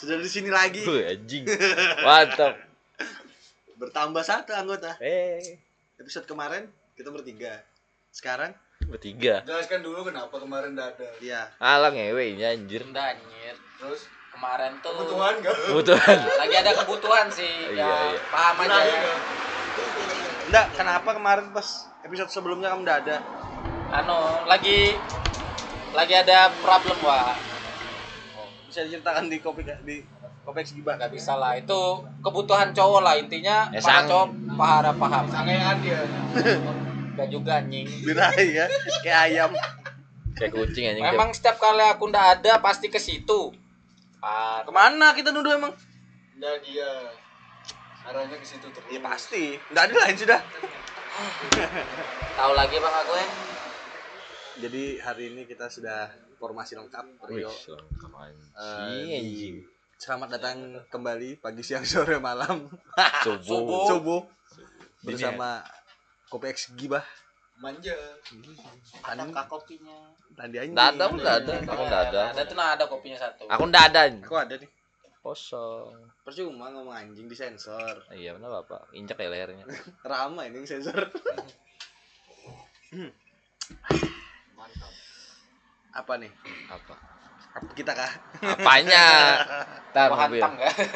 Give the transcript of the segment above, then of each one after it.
Sudah di sini lagi. Anjing. Mantap. Bertambah 1 anggota. Episode kemarin kita bertiga. Sekarang bertiga. Jelaskan dulu kenapa kemarin enggak ada. iya. Alang ngewe ini anjir. Enggak anjir. Terus Kemarin tuh kebutuhan enggak? Kebutuhan. lagi ada kebutuhan sih. Iya. Paham aja. Enggak, kenapa kemarin pas episode sebelumnya kamu enggak ada? Lagi ada problem, Wak. Bisa diceritakan di Kopeks Gibah. Gak bisa lah, itu kebutuhan cowok lah intinya. Ya, Para sang. cowok paham. Sangean dia. Gak juga anjing. Birahi ya, kayak ayam. Kayak kucing anjing. Memang setiap kali aku ndak ada pasti ke situ. Kemana kita nuduh emang? Enggak dia. Arahnya ke situ terus. Ya pasti. Enggak ada lain sudah. Tahu lagi Bang aku ya. Jadi hari ini kita sudah formasi lengkap Rio. Anjing. Selamat datang kembali pagi, siang, sore, malam. Subuh. Bersama Kopeks Gibah. Manja. Adakah kopinya? Tadi aja. Enggak ada, enggak ada. Aku enggak ada. Ada tuh ada kopinya satu. Aku enggak ada. Aku ada nih. Kosong. Percuma ngomong anjing di sensor. Iya, benar Bapak. Injak ya lehernya. Rama ini sensor. Mantap. Apa nih? Apa? Apa kita kah? Apanya? Tar Mau mobil. hantam enggak?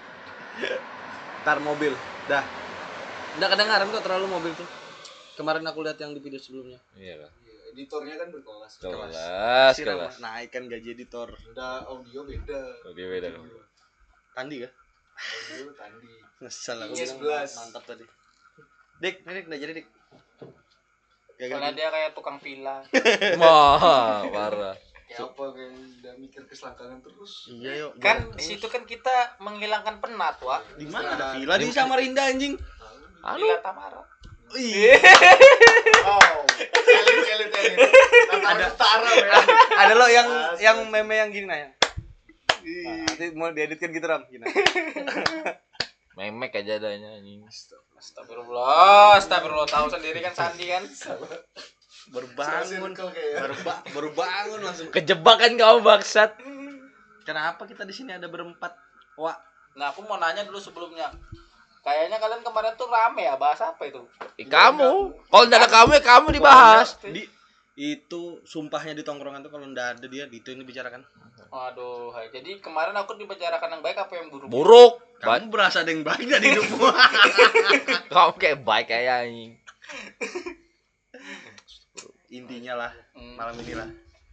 Tar mobil. Dah. Enggak kedengaran kok terlalu mobil tuh. Kemarin aku lihat yang di video sebelumnya. Iya lah. Editornya kan berkelas. Kelas. Naikkan gaji editor. Udah audio beda. Oke, beda dong. Tandi kah? Audio tadi. Ngesel aku Yes, bilang 11. mantap tadi. Dik, udah jadi Dik. Soalnya dia kayak tukang villa. Wah, parah. Ya apa kayak udah mikir keselangkangan terus. Iya yuk. Kan di situ kan kita menghilangkan penat, Wak. Di mana ada villa di Samarinda anjing? Villa Tamara. Iya. Oh. Elit. Ada utara ya. Ada lo yang meme yang gini nah ya. Nanti mau dieditkan gitu Ram, gini. Memek aja adanya anjing. Astagfirullah, tahu sendiri kan Sandi kan. Baru bangun, baru bangun langsung. Kejebak kan kau bangsat. Kenapa kita di sini ada berempat? Wah, Nah, aku mau nanya dulu sebelumnya. Kayaknya kalian kemarin tuh rame ya bahas apa itu? Kamu. Kalau enggak ada kamu ya kamu dibahas. itu sumpahnya di tongkrongan tuh kalau ndak ada dia itu ini bicarakan. Waduh, hai. Jadi kemarin aku dibicarakan yang baik apa yang buruk? Buruk. Kamu berasa ada yang baik dari hidupmu. Kamu kayak baik kayak anjing. Intinya lah, malam ini lah.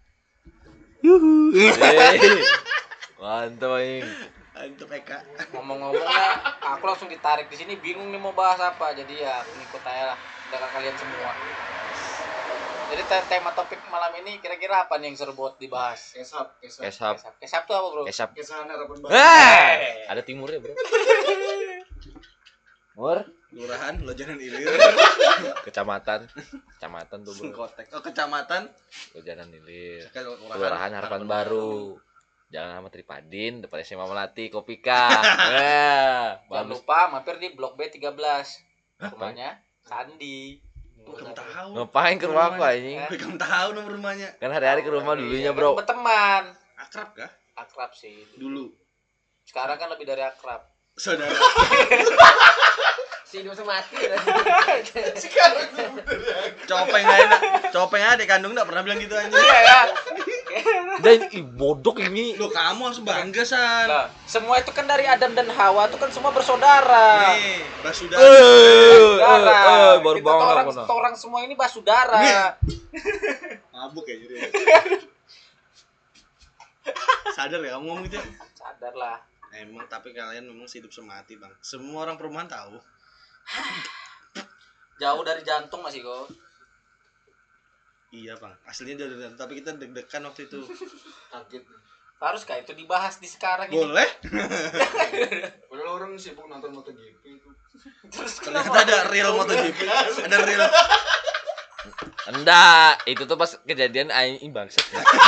Mantap anjing. Untuk Eka. Ngomong-ngomongnya, aku langsung ditarik di sini bingung nih mau bahas apa. Jadi ya ngikut aja lah dengan kalian semua. Jadi tema topik malam ini kira-kira apa nih yang seru buat dibahas? Kesap. Kesap tuh apa, Bro? Kesap. Kesahan harapan baru. Ada timurnya, Bro. Mur, Lurahan Lojanan Ilir. kecamatan tuh, Bro. Kotek. Oh, kecamatan Lojanan Ilir. Kelurahan Harapan Baru. Jalan sama Tripadin, depan SMA Melati, Kopika. Jangan lupa mampir di Blok B13. Rumahnya Sandi. Kamu tahu. Ngapain ke rumah aku anjing? Kamu tahu nomor rumahnya. Kan hari-hari ke rumah dulunya, Bro. Berteman. Akrab kah? Akrab sih. Dulu. Sekarang kan lebih dari akrab. Saudara. Si dosa mati. Sekarang tuh bener. Copeng aja di kandung enggak pernah bilang gitu anjing. Iya ya. Dan bodok ini. Loh, kamu harus bangga San. Nah, semua itu kan dari Adam dan Hawa itu kan semua bersaudara. Nih, basudara. Baru Kita bangun orang semua ini bersaudara. Mabuk ya jadi. Sadar ya kamu ngomong gitu. Sadar lah. Emang tapi kalian memang hidup semati, Bang. Semua orang perumahan tahu. Jauh dari jantung masih kok. Iya, Bang. Aslinya dari tapi kita deg-degan waktu itu. Kaget. Haruskah itu dibahas di sekarang ini? Boleh? Padahal orang sibuk nonton MotoGP itu. Terus Ternyata ada real MotoGP. Ada real. Enggak, itu tuh pas kejadian aing bangsat.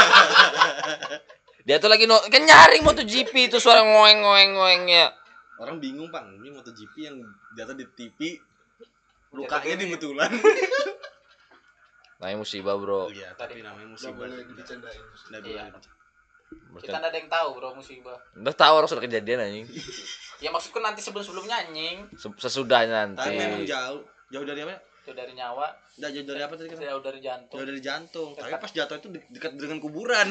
Dia tuh lagi kan nyaring MotoGP itu suara ngoeng-ngoengnya. Orang bingung, Bang. Ini MotoGP yang data di TV lukanya di betulan. Namanya musibah, Bro. Iya, tapi namanya Enggak musibah. boleh dibercandain. Nggak boleh. Kita nggak ada yang tahu bro musibah. Udah tahu orang sudah kejadian anjing. Ya maksudku nanti sebelumnya anjing. Sesudahnya Tapi memang nanti. jauh dari apa? Itu dari nyawa, Enggak jauh dari apa tadi kan? jauh dari jantung. Jauh dari jantung. Tapi pas jatuh itu dekat dengan kuburan.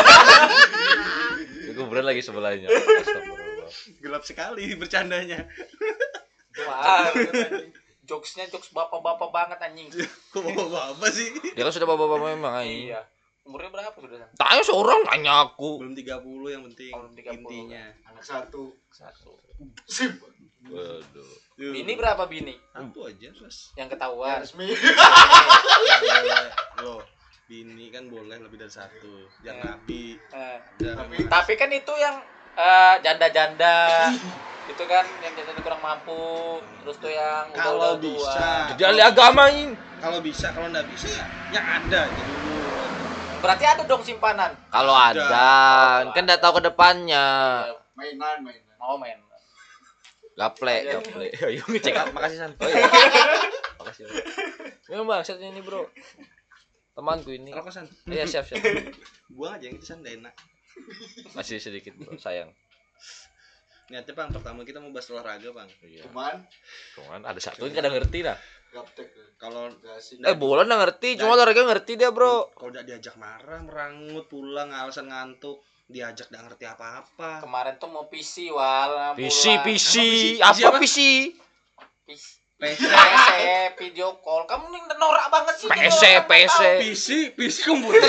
Itu kuburan lagi sebelahnya. Astagfirullah. Gelap sekali bercandanya. Wah, jokesnya jokes bapak-bapak banget anjing. Kok apa sih? Dia kan sudah bapak-bapak memang anjing. Iya. Umurnya berapa sudah? San? Tanya seorang nanya aku. Belum 30 yang penting Oh, belum 30. intinya. Anak satu. Satu. Sip. Waduh. Bini berapa bini? Satu aja terus. Yang ketahuan. Resmi. Loh, bini kan boleh lebih dari satu. Yang Eh. nabi. Eh, Tapi- tapi kan itu yang janda-janda. Itu kan yang janda kurang mampu. Terus tuh yang Kalau udah tua. bisa. Jadi ahli agama anjing. Kalau bisa, kalau nggak bisa ya yang ada aja dulu. Berarti ada dong simpanan. Kalau ada, kan enggak tahu ke depannya. Ya, Mainan. mau main. Gaple. Ayo ngecek up. Makasih San. Oh, iya. Makasih. Memang bangsat ini, Bro. Temanku ini. Rokosan. Iya, siap. Buang aja yang itu san nggak enak. Masih sedikit, Bro. Sayang. Niatnya Bang, pertama kita mau bahas olahraga Bang. Iya. Cuman Ada satu yang kadang ngerti lah. gaptek. Kalau Gak asik. Bola nggak ngerti, cuma olahraga ngerti dia, Bro. kalau udah diajak marah, merangut, pulang, alasan ngantuk, diajak nggak ngerti apa-apa. Kemarin tuh mau PC wal. PC. Apa? Apa PC? PC. PC, Video call. Kamu nih norak banget sih. PC. PC komputer.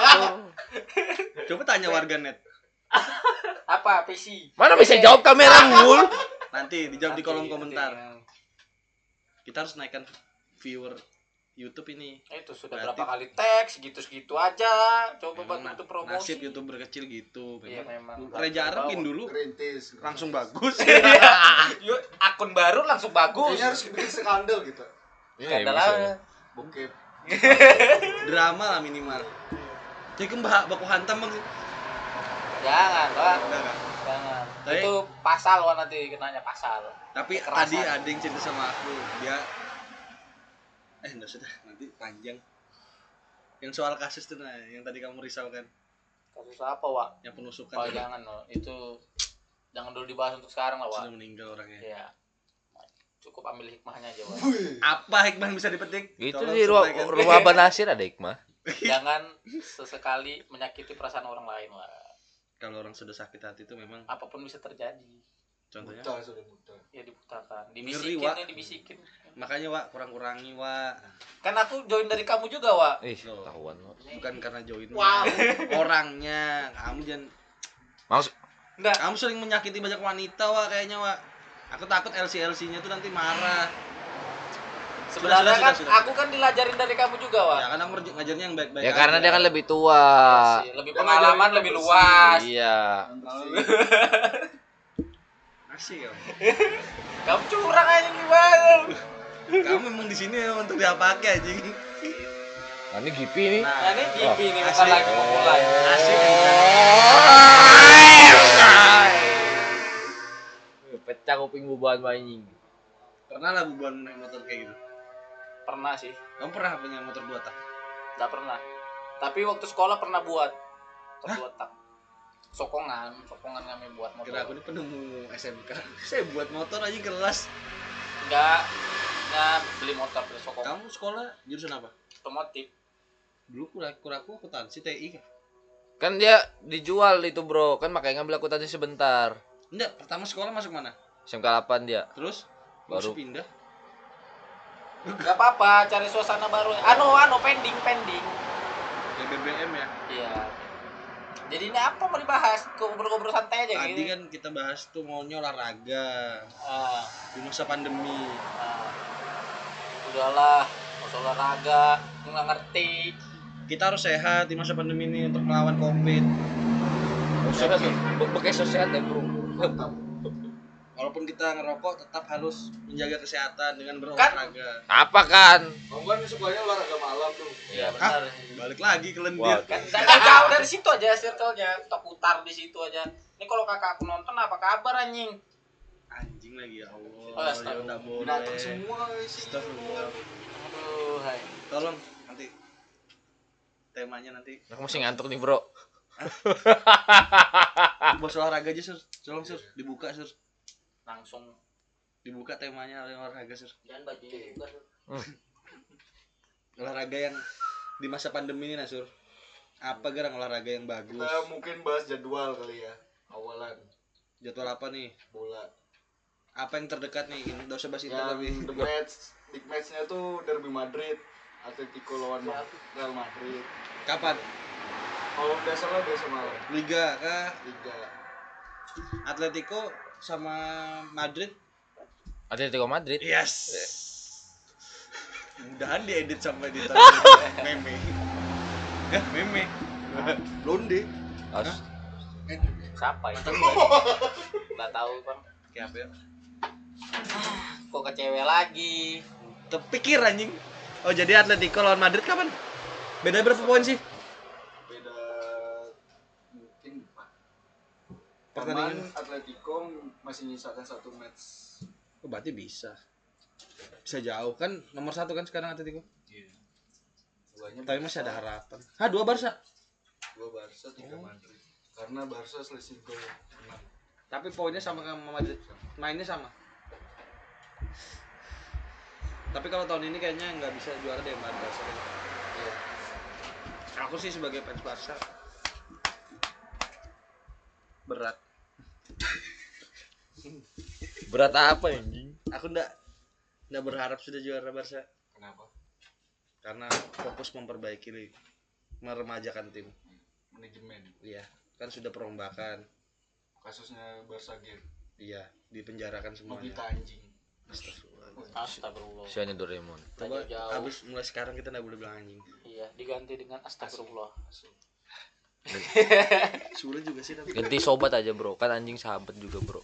Coba tanya warganet. Apa PC? Mana bisa jawab kamera ngul? Nanti dijawab di kolom Nanti, komentar. nanti. Kita harus naikkan viewer YouTube ini. Itu sudah Berarti- berapa kali teks segitu aja. Coba Memang bantu promosi. nasib YouTuber kecil gitu. Iya, memang. Reja Arabin dulu Rintis. langsung bagus. Yuk, akun baru langsung bagus. Kayaknya harus bikin skandal gitu. Skandal aja. Bokep. Drama lah minimal. Jadi mbak baku hantam Bang. Jangan, Pak. Enggak, enggak. Jangan. Tapi- Itu pasal wah nanti kenanya pasal. Tapi Kekerasan. tadi ada yang cerita sama aku, dia enggak sudah, nanti panjang. Yang soal kasus tuh nah, yang tadi kamu risaukan, Kasus apa, Wak? yang penusukan Oh, tadi. jangan, Wak. Itu jangan dulu dibahas untuk sekarang lah, Wak. Sudah meninggal orangnya. Iya. Cukup ambil hikmahnya aja, Wak. Apa hikmah yang bisa dipetik? Itu Tolong di sampaikan. rumah Abah Nasir ada hikmah. Jangan sesekali menyakiti perasaan orang lain, Wak. Kalau orang sudah sakit hati itu memang Apapun bisa terjadi. contohnya. Buta sudah buta. Ya dibutakan. Ngeri, Dibisikin Wak. ya, dibisikin. Makanya Wak kurang-kurangi Wak. Kan aku join dari kamu juga, Wak. Ih, tahuan lo. Bukan karena joinnya. Wow. Orangnya, kamu jangan. Maksud Enggak. Kamu sering menyakiti banyak wanita Wak kayaknya Wak. Aku takut LC-LC-nya tuh nanti marah. Sebenarnya sudah, kan sudah. aku kan dilajarin dari kamu juga, Wak. Ya kan aku ngajarnya yang baik-baik. ya karena aja. dia kan lebih tua. Iya sih, lebih Yang pengalaman, ngajarin lebih bersih. luas. Iya. Asik kamu. Kamu curang aja gimana? Kamu memang di sini ya untuk diapake anjing. Nah, ini Gipi nih. Nah, ini Gipi nih bukan asik. lagi memulai. Asik. Pecah kuping bubuhan anjing. Pernah lah bubuan naik motor kayak gitu. Pernah sih, Kamu pernah punya motor 2 tak? nggak pernah. Tapi waktu sekolah pernah buat. Buat tak. Sokongan kami buat motor. Kira aku ini penemu SMK. Saya buat motor aja kelas. Enggak beli motor, beli sokongan. Kamu sekolah jurusan apa? Otomotif. Dulu kuraku akuntansi TI kan. Kan dia dijual itu, Bro. Kan makanya ngambil akuntansi sebentar. Enggak, pertama sekolah masuk mana? SMK 8 dia. Terus Baru. pindah. Gak apa-apa, cari suasana baru. Pending. Ke BBM ya. Iya. Jadi ini apa mau dibahas? Ngobrol-ngobrol santai aja Tadi gitu. kan kita bahas tuh maunya olahraga Ah, di masa pandemi. ah. Udahlah, nggak usah olahraga, lu nggak ngerti. Kita harus sehat di masa pandemi ini untuk melawan Covid. Sehat tuh. Bekas sehat ya, Bro. Walaupun kita ngerokok tetap harus menjaga kesehatan dengan berolahraga. Apa kan? Kamu kan sukanya olahraga malam tuh. Iya Ah, benar. balik lagi ke lendir. Wah. Kan jauh dari situ aja circle-nya, kita putar di situ aja. Ini kalau kakak aku nonton apa kabar anjing? Anjing lagi ya Allah. Oh, Ya astaga. udah boleh. Binatang semua sih. Astagfirullah. Aduh, hai. Tolong nanti temanya nanti Aku masih ngantuk nih, Bro. Bos olahraga aja, Sur. Tolong, Sur. Dibuka, Sur. Langsung Dibuka temanya olahraga, Sur. jangan bajunya juga. Olahraga yang di masa pandemi ini, nah, Sur. Apa gerang olahraga yang bagus? Kita mungkin bahas jadwal kali ya. Awalan Jadwal apa nih? bola. Apa yang terdekat nih? Enggak usah bahas itu tapi. Yang the match, big matchnya tuh Derby Madrid, Atletico lawan Real Madrid. Kapan? Kalau udah salah besok malam. Liga kah? Liga. Atletico sama Madrid? Atletico Madrid. Yes. Mudahan diedit sampai di meme. Meme. Londe. Harus Siapa itu? Enggak tahu, Bang. Kayak apa ya? Kok ke cewek lagi? Terpikir anjing. Oh, jadi Atletico lawan Madrid kapan? Beda berapa poin sih? Beda mungkin 4. Pertandingan. Cuman Atletico masih nyisakan 1 match. Oh, berarti bisa. Bisa jauh kan nomor 1 kan sekarang Atletico. Iya. Duanya Tapi masih ada harapan. 2 Barca. 2 Barca, 3 Madrid. Karena Barca selisih gol 6. Tapi poinnya sama sama Madrid. Mainnya sama. Tapi kalau tahun ini kayaknya nggak bisa juara deh Barca. Iya. Aku sih sebagai fans Barca berat. berat apa anjing? Aku nggak berharap sudah juara Barca Kenapa? karena fokus memperbaiki, meremajakan tim. Manajemen. Iya, kan sudah perombakan. Kasusnya Barca Gate. Iya, dipenjarakan semuanya. Nobita anjing. Astagfirullah. Astagfirullah. Si hanya Doraemon. Coba Jauh-jauh. abis mulai sekarang kita nggak boleh bilang anjing. Iya, diganti dengan astagfirullah. Sulit juga sih tapi. Ganti sobat aja bro, kan anjing sahabat juga bro.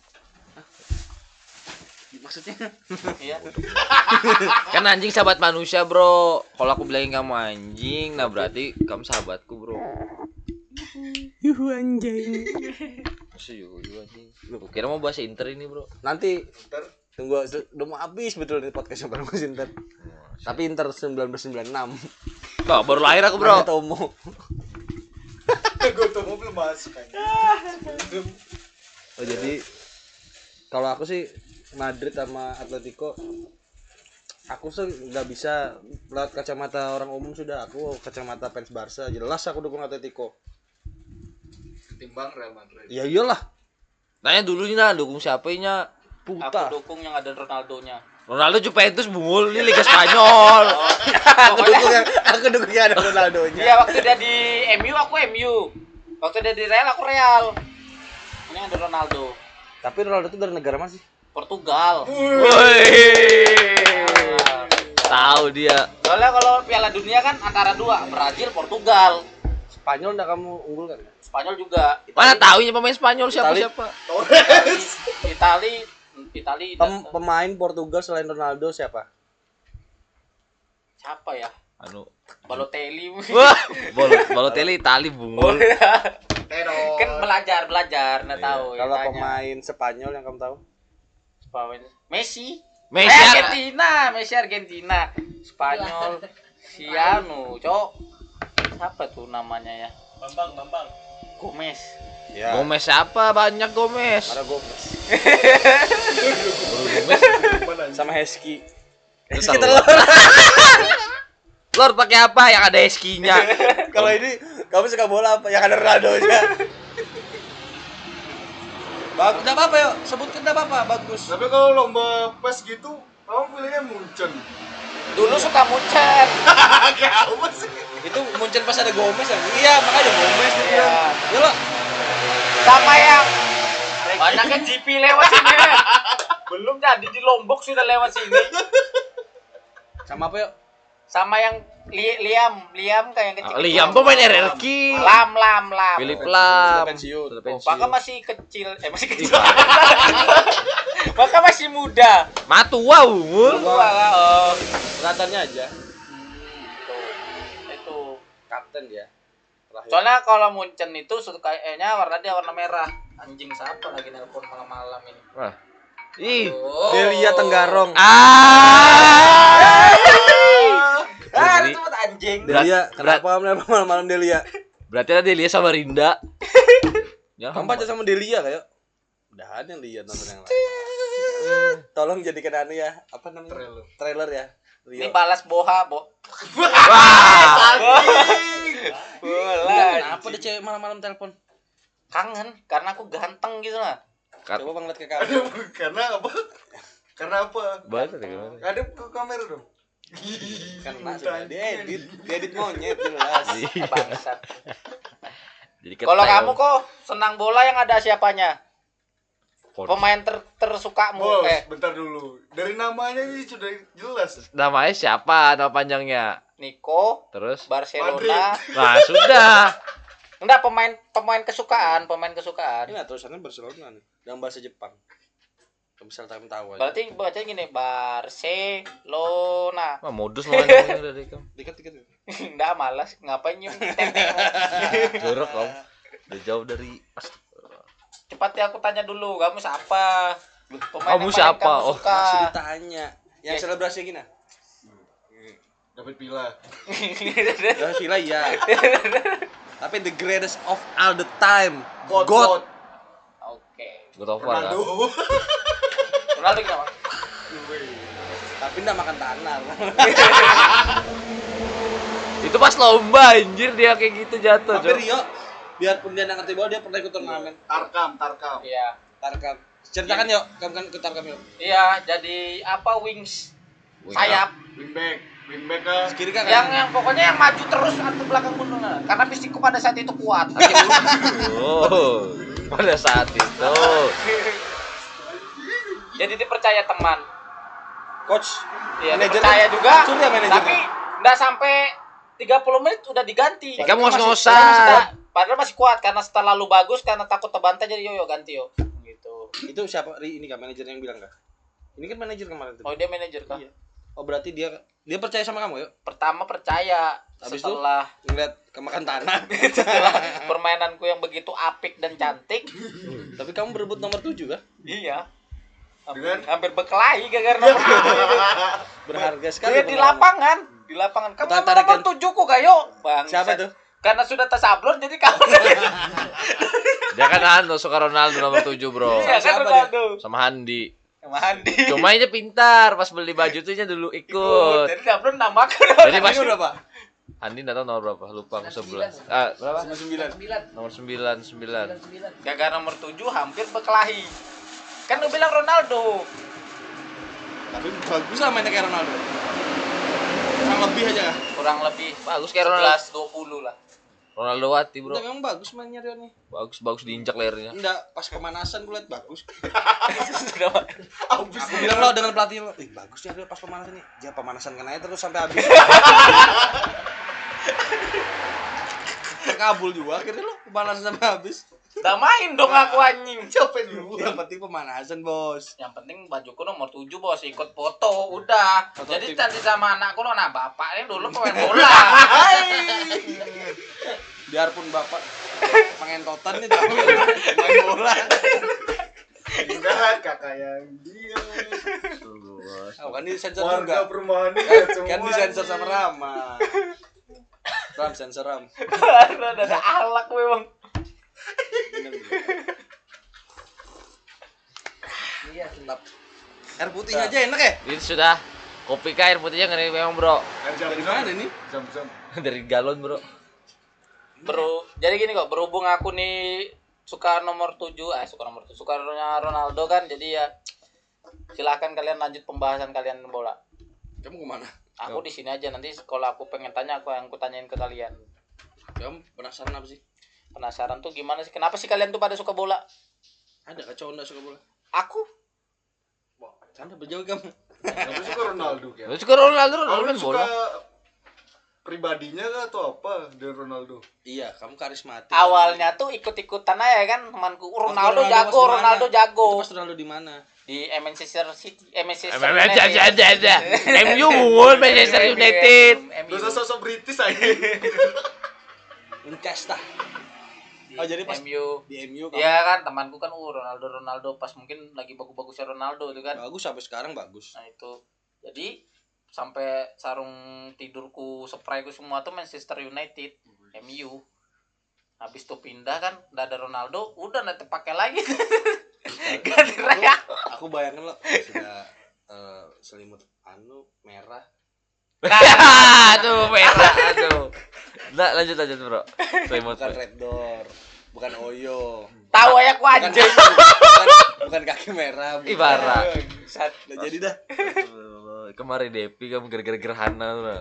Maksudnya? Iya. Kan anjing sahabat manusia bro. Kalau aku bilangin kamu anjing, nah berarti kamu sahabatku bro. Yuh anjing. Masih juga anjing. Lu kira mau bahas Inter ini bro? Nanti Inter tunggu udah mau habis betul nih podcastnya baru Inter. Tapi Inter 1996. Nah, baru lahir aku bro. Tomo. gue tuh mau belum masuk kan. Oh jadi kalau aku sih Madrid sama Atletico aku sih nggak bisa lewat kacamata orang umum, sudah aku kacamata fans Barca jelas aku dukung Atletico. Ketimbang Real Madrid. Ya iyalah. Tanya dulu nih nah, dukung siapa nya? Puta. Aku dukung yang ada Ronaldonya. Ronaldo Juventus bungul, ini Liga Spanyol. aku dukung yang ada Ronaldonya. Iya, waktu dia di MU aku MU. Waktu dia di Real aku Real. Ini ada Ronaldo. Tapi Ronaldo itu dari negara mana sih? Portugal. Woi. Tahu dia. Soalnya kalau Piala Dunia kan antara dua, Brazil, Portugal. Spanyol enggak kamu unggul kan? Spanyol juga. Mana tahunya pemain Spanyol siapa-siapa? Itali. Pemain Portugal selain Ronaldo siapa? Siapa ya? Anu. Balotelli. Wah, Balotelli Itali bungul. Kan belajar enggak tahu. Kalau tanya. pemain Spanyol yang kamu tahu? Messi. Messi Argentina. Spanyol. Sianu, Cok. Siapa tuh namanya ya? Bambang. Gomez. Ya. Gomez siapa? Banyak Gomez. Ada Gomez. Gomez. Sama Heskey. Heskey telur. Lord pakai apa yang ada Heskey-nya? Kalau ini kamu suka bola apa? Yang ada Ronaldo-nya. Bagus. Enggak apa-apa yuk, sebutkan enggak apa-apa, bagus. Tapi kalau lomba PES gitu, kamu pilihnya Munchen. Dulu suka Munchen. Kayak apa sih? Itu Munchen pas ada Gomez ya? Iya, makanya Gomez dia Iya. bilang. Ya lo. Sama yang banyak kan GP lewat sini. Belum jadi di Lombok sudah lewat sini. Sama apa yuk? Sama yang Liam kayak yang kecil. Liam pemain RRQ. Lam. Philip Lam. Pensiun. Maka masih kecil. Masih kecil. Maka masih muda. Matua unggul. Oh. Kelihatannya aja. Itu. Kapten dia. Terakhir. Soalnya kalau Munchen itu kayaknya warna dia warna merah. Anjing siapa lagi nelpon malam-malam ini? Wah. Ih. Oh. Delia Tenggarong. Berarti- Itu buat anjing. Delia, kenapa malam-malam Delia? Berarti ada Delia sama Rinda. Kamu pacar sama Delia kayak. Udahan yang lihat nonton yang lain. Tolong jadikan anu ya, apa namanya? Trailer ya. Ini balas Boha, Bo. Enggak, kenapa deh cewek malam-malam telepon? Kangen karena aku ganteng gitu lah. Coba Bang lihat ke kamera. Karena apa? Karena apa? Banget gimana? Hadap ke kamera dong. Karena sudah diedit monyet jelas. Bangsat. Jadi Kalau kamu kok senang bola yang ada siapanya? Pemain tersukamu. Bos, bentar dulu. Dari namanya ini sudah jelas. namanya siapa? Nama panjangnya. Nico, Terus? Barcelona. Nah, sudah. Enggak, pemain kesukaan. Ini tulisannya Barcelona nih, dalam bahasa Jepang. Kamu bisa tahu aja. Berarti bacanya gini, Barcelona. Wah, modus mau ngomong dari kamu. Dikit. Enggak, malas. Ngapain nyium tempe? Jorok kamu. Udah jauh dari Cepat ya, aku tanya dulu, kamu siapa? Pemain Kamu yang paling siapa? kamu Oh, suka. Masih ditanya. Yang selebrasi gini. Dapat pila. Ya sila ya. Tapi the greatest of all the time. God. Oke. gue tau kan. Ronaldo. Ronaldo kenapa? Tapi enggak makan tanah. Itu pas lomba anjir dia kayak gitu jatuh, Tapi Cok. Rio, biarpun dia nggak ngerti bola, dia pernah ikut turnamen. Tarkam. Iya. Tarkam. Ceritakan yuk, kamu kan ke Tarkam yuk. Iya, jadi apa wings? Sayap. Wingback ke Kiri kan? Yang pokoknya yang maju terus atau belakang mundur. Karena fisikku pada saat itu kuat. Oh, pada saat itu. Jadi dipercaya teman. Coach, Iya, manajernya dipercaya juga. sudah manajernya. Tapi enggak sampai 30 menit udah diganti. Ya, kamu Padahal ngos-ngosan. Padahal masih kuat karena terlalu bagus karena takut terbantai jadi yo ganti yo. Gitu. itu siapa? Ini kan manajer yang bilang kah? Ini kan manajer kemarin tuh. Oh, dia manajer kah? Iya. Oh berarti dia percaya sama kamu yuk? Pertama percaya, Habis setelah Ngeliat kemakan tanah. setelah permainanku yang begitu apik dan cantik. Tapi kamu berebut nomor 7 kan? Iya. Dengan? Hampir berkelahi gara-gara nomor 7. Berharga sekali. Dia di lapangan, Kamu Tarik nomor 7 ku gayo, Bang. Siapa tuh? Karena sudah tersablon jadi kamu. Dia kan suka Ronaldo nomor 7, Bro. Iya kan Siapa Ronaldo. Sama Handi. Sama Andi. Cuma aja pintar pas beli baju tuh nya dulu ikut. Jadi sablon nambahkan. Jadi pas Ini berapa? Andi enggak tahu nomor berapa, lupa aku 11. Ah, berapa? 9. Nomor 99. Gagal nomor 7 hampir berkelahi. Kan lu bilang Ronaldo. Tapi bagus lah mainnya kayak Ronaldo. Kurang lebih aja kah? Kurang lebih Bagus kayak Ronaldo. 11 20 lah. Ronaldo Wati, Bro. Enggak, memang bagus mainnya Rio nih. Bagus diinjak lehernya. Enggak, pas pemanasan gue liat bagus. Kenapa? Aku bilang lo dengan pelatih lo, bagus ya Rio pas pemanasan nih. Dia pemanasan kena terus sampai habis. Kabul juga akhirnya lo pemanasan sampai habis. Udah main dong aku anjing. Siapa dulu? Yang penting pemanasan, Bos. Yang penting bajuku nomor 7 bos, ikut foto udah. Foto Jadi tim. nanti sama anakku lo, nah bapaknya dulu pemain bola. Biarpun bapak pengentotan nih tapi main bola. Enggak, kakak yang dia. Oh, kan disensor Warga juga. perumahan ini Kan disensor sama Rama. Ram sensor Ram. Ada alak memang. Iya, sedap. Air putih aja enak ya? Ini sudah kopi kah air putihnya ngeri memang, Bro. Dari mana ini? Jam-jam. Dari galon, Bro. Jadi gini kok, berhubung aku nih suka nomor 7, sukanya Ronaldo kan, jadi ya silakan kalian lanjut pembahasan kalian bola. Kamu kemana? Aku di sini aja, nanti kalau aku pengen tanya aku tanyain ke kalian. Kamu penasaran apa sih? Penasaran tuh gimana sih? Kenapa sih kalian tuh pada suka bola? Ada kah cowok enggak suka bola? Aku Canda berjauh kamu. Aku suka Ronaldo ya. Lu suka Ronaldo Kamu main suka bola. pribadinya kah atau apa dari Ronaldo? Iya, kamu karismatik. awalnya tuh ikut-ikutan aja kan temanku. Ronaldo Waktu jago, pas di mana? Ronaldo jago. Itu pas Ronaldo di mana? Di Manchester City, Manchester Ada. MU mungul Manchester United. Lu sosok British aja. Uncasta. Oh, jadi pas MU. di MU kamu Iya kan, temanku kan Ronaldo pas mungkin lagi bagus-bagusnya Ronaldo itu kan. bagus sampai sekarang bagus. Nah itu. Jadi sampai sarung tidurku, sprayku semua tuh Manchester United, MU. Habis itu pindah kan, udah ada Ronaldo, udah nanti pakai lagi. Ganti Real. Aku bayangin lo sudah selimut merah. Aduh, merah, aduh. Nah, lanjut bro. Selimut. Bukan red door, bukan Oyo. Tahu aja ku anjing. Bukan kaki merah. Ibarat. Nah, jadi dah. Kemarin Depi kamu gara-gara gerhana lah.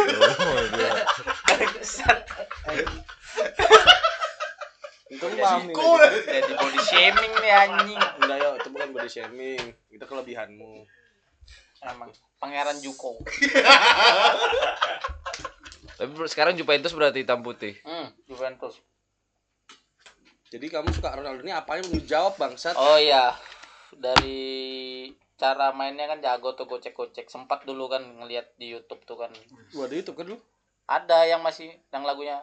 Itu mami. Jadi body shaming nih anjing. Enggak yo, itu bukan body shaming. Itu kelebihanmu. Emang Pangeran Juko. Tapi sekarang Juventus berarti hitam putih. Juventus. Jadi kamu suka Ronaldo ini apanya belum dijawab bangsat? Oh iya. Dari cara mainnya kan jago tuh, gocek-gocek. Sempat dulu kan ngelihat di YouTube tuh kan. Waduh itu kan lu. Ada yang masih yang lagunya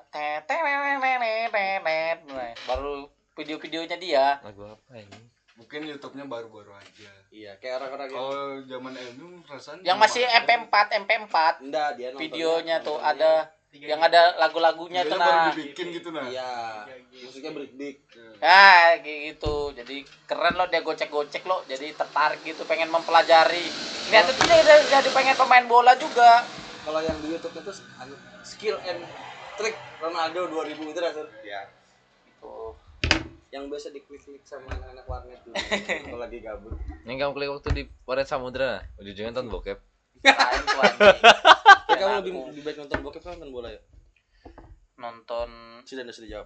baru video-videonya dia. Lagu apa ini? Mungkin YouTube-nya baru-baru aja. Iya, kayak orang-orang yang Kalau zaman MU rasanya Yang masih MP4. enggak dia nontonnya- Videonya tuh nontonnya- ada yang ada lagu-lagunya tuh baru nah. dibikin gitu nah. Iya, musiknya break. Ya kayak gitu. Jadi keren loh dia gocek-gocek loh. Jadi tertarik gitu pengen mempelajari. Lihat tuh dia jadi pengen pemain bola juga. Kalau yang di YouTube itu skill and trick Ronaldo 2000 itu dah, Sur. Ya. Gitu. Yang biasa diklik-klik sama anak-anak warnet dulu kalau lagi gabut. Yang kamu klik waktu di Warnet Samudra, ujung-ujungnya nonton bokep. Lain tuh anjing. Ya, kamu lebih baik nonton bokep kan nonton bola ya? Nonton Sudah jawab.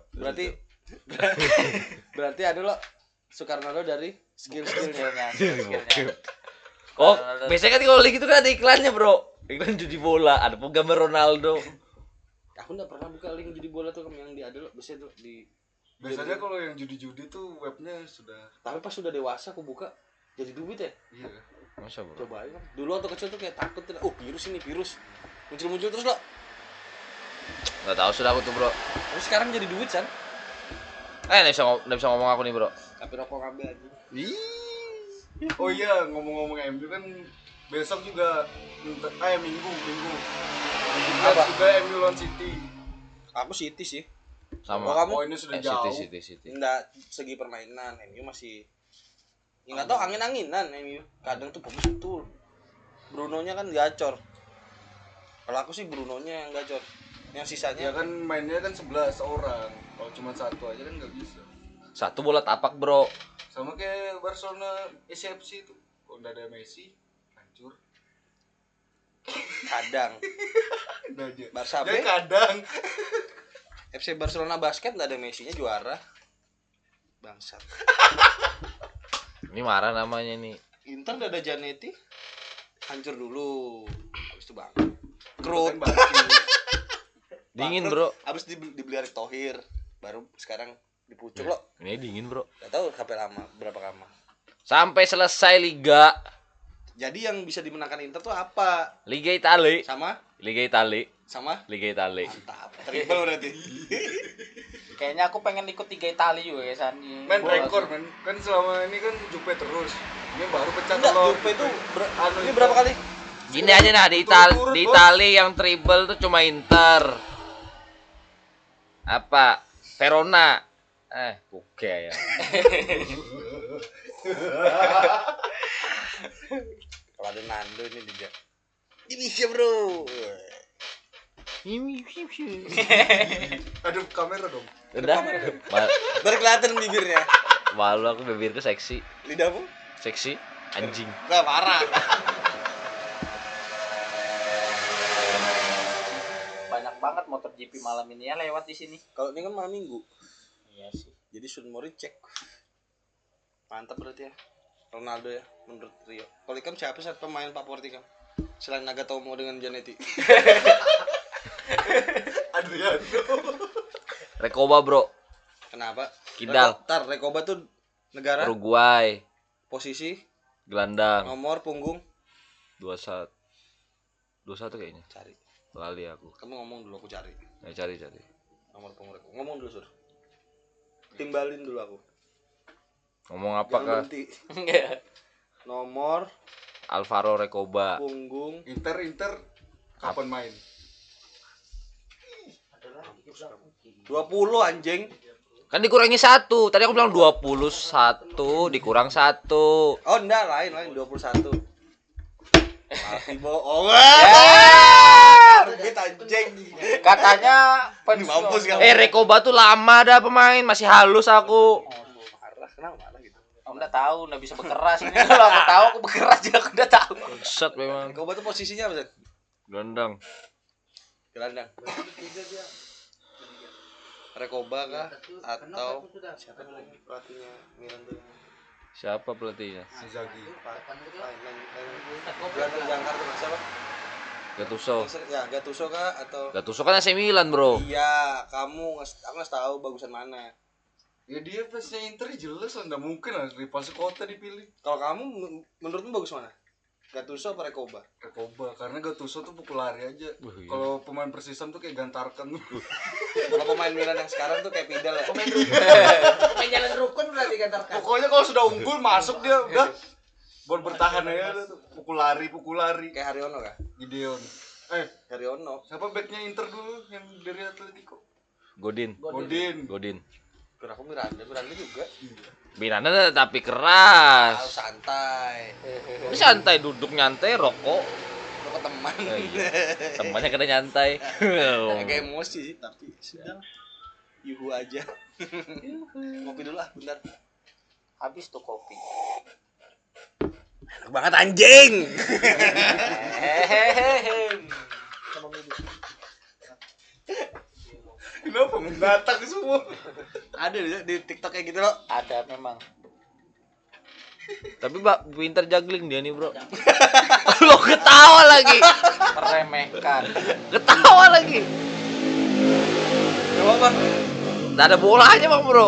Berarti ada lo suka Ronaldo dari skill-skillnya. skillnya. Oh, biasanya kan kalau link itu kan ada iklannya, Bro. Iklan judi bola, ada pun gambar Ronaldo. Aku enggak pernah buka link judi bola tuh yang di ada lo biasanya tuh di Biasanya kalau yang judi-judi tuh webnya sudah tapi pas sudah dewasa aku buka jadi duit ya. iya. Masa, Bro? Coba aja. Dulu waktu kecil tuh kayak takut tuh. Oh, virus. Muncul terus lo. Enggak tahu sudah aku tuh, Bro. Tapi sekarang jadi duit, San. Nggak bisa ngomong aku nih, Bro. Tapi rokok ngambil aja. Oh iya, ngomong-ngomong MU kan besok juga minggu. Apa? Juga MU lawan City. Aku City sih. Sama. Oh, kamu? Poinnya sudah jauh. City. Enggak segi permainan MU masih ya nggak tahu angin-anginan MU. Kadang tuh bagus betul. Bruno-nya kan gacor. Kalau aku sih Bruno-nya yang gacor. Yang sisanya Ya kan mainnya kan 11 orang. Kalau cuma satu aja kan nggak bisa. Satu bola tapak, Bro. Sama kayak Barcelona SFC itu. Kalau udah ada Messi, hancur. kadang Udah aja. Barca B, Ya kadang. FC Barcelona basket nggak ada Messi-nya juara. Bangsat. Ini marah namanya nih. Inter nggak ada Zanetti. Hancur dulu. Habis itu bangkrut. Kan bangkit. Dingin, Bangkrut. Bro. Habis dibeli Erick Thohir. Baru sekarang dipucuk lo. Ini dingin, Bro. Gak tahu berapa lama. Sampai selesai liga. Jadi yang bisa dimenangkan Inter tuh apa? Liga Italia. Sama Liga Italia. mantap. Triple berarti. Kayaknya aku pengen ikut Liga Italia juga ya San. Main rekor men. Kan selama ini kan Juve terus. Ini baru pecah Enggak, telur. Juve itu Anu ini itu. berapa kali? Gini aja nah di Turut-turut, di Bos. Italia yang triple tuh cuma Inter. Apa? Verona. Oke ya. Kalau ada Nando ini juga. Ini bisa, Bro. Aduh kamera dong. Udah. Baru kelihatan bibirnya. Malu aku bibirku seksi. Lidahmu? Seksi anjing. Nah, parah. Banyak banget motor GP malam ini ya lewat di sini. Kalau ini kan malam Minggu. Iya sih. Jadi Sun Mori cek. Mantap berarti ya. Ronaldo ya menurut Rio. Kalau Ikam siapa sih pemain favorit Ikam? Selain Nagatomo dengan Zanetti. Adriano. Rekoba, Bro. Kenapa? Kidal. Rekoba tuh negara Uruguay. posisi Gelandang. nomor punggung 21 kayaknya. cari. Lali aku. Kamu ngomong dulu aku cari. Cari. Nomor punggung. Ngomong dulu, Sur. Timbalin dulu aku. Ngomong apa Jangan kah? berhenti. Enggak. Nomor Alvaro Rekoba. punggung Inter kapan main? ada lagi. 20 anjing. Kan dikurangi 1. Tadi aku bilang 21 dikurang 1. Oh enggak, lain 21. Mati bohong. Karbit anjing. Katanya Mampus kamu. Rekoba tuh lama dah pemain, masih halus aku. Marah, kenapa marah gitu? Aku udah tahu, udah bisa bekeras ini. Kalau aku tahu aku bekeras juga aku udah tahu. Set memang. Kau tuh posisinya apa, Zat? Gelandang. Gelandang. Rekoba kah atau siapa namanya pelatihnya Milan tuh? Siapa pelatihnya? Inzaghi. Gelandang jangkar tuh siapa? Gattuso. Ya Gattuso kah atau Gattuso kan AC Milan, Bro. iya kamu aku nggak tahu bagusan mana. Ya dia fansnya Inter jelas lah, nggak mungkin lah rival sekota dipilih. Kalau kamu menurutmu bagus mana? Gattuso apa Rekoba? Rekoba, karena Gattuso tuh pukul lari aja. Iya. Kalau pemain Persisam tuh kayak gantarkan tuh. Kalau pemain Milan yang sekarang tuh kayak Pidal ya. Main jalan rukun berarti kantorkan. Pokoknya kalau sudah unggul masuk dia udah buat bertahan aja tuh. Pukul lari. Kayak Haryono kah? Gideon. Haryono. Siapa backnya Inter dulu yang dari Atletico? Godin. Godin. Kira aku Miranda juga. Miranda tapi keras. Tahu santai. Ini santai duduk nyantai rokok. Lo ke teman. Iya. Temannya kena nyantai. Agak emosi sih tapi sudah. Yuhu aja. Ngopi dulu ah bentar. Habis tuh kopi. Enak banget anjing. Hehehe. Kenapa mendatang semua? Ada di TikTok kayak gitu loh. Ada memang. Tapi pinter juggling dia nih, Bro. Lo ketawa lagi. Meremehkan. Ketawa lagi. Gak apa-apa. Nggak ada bolanya, Bang, Bro.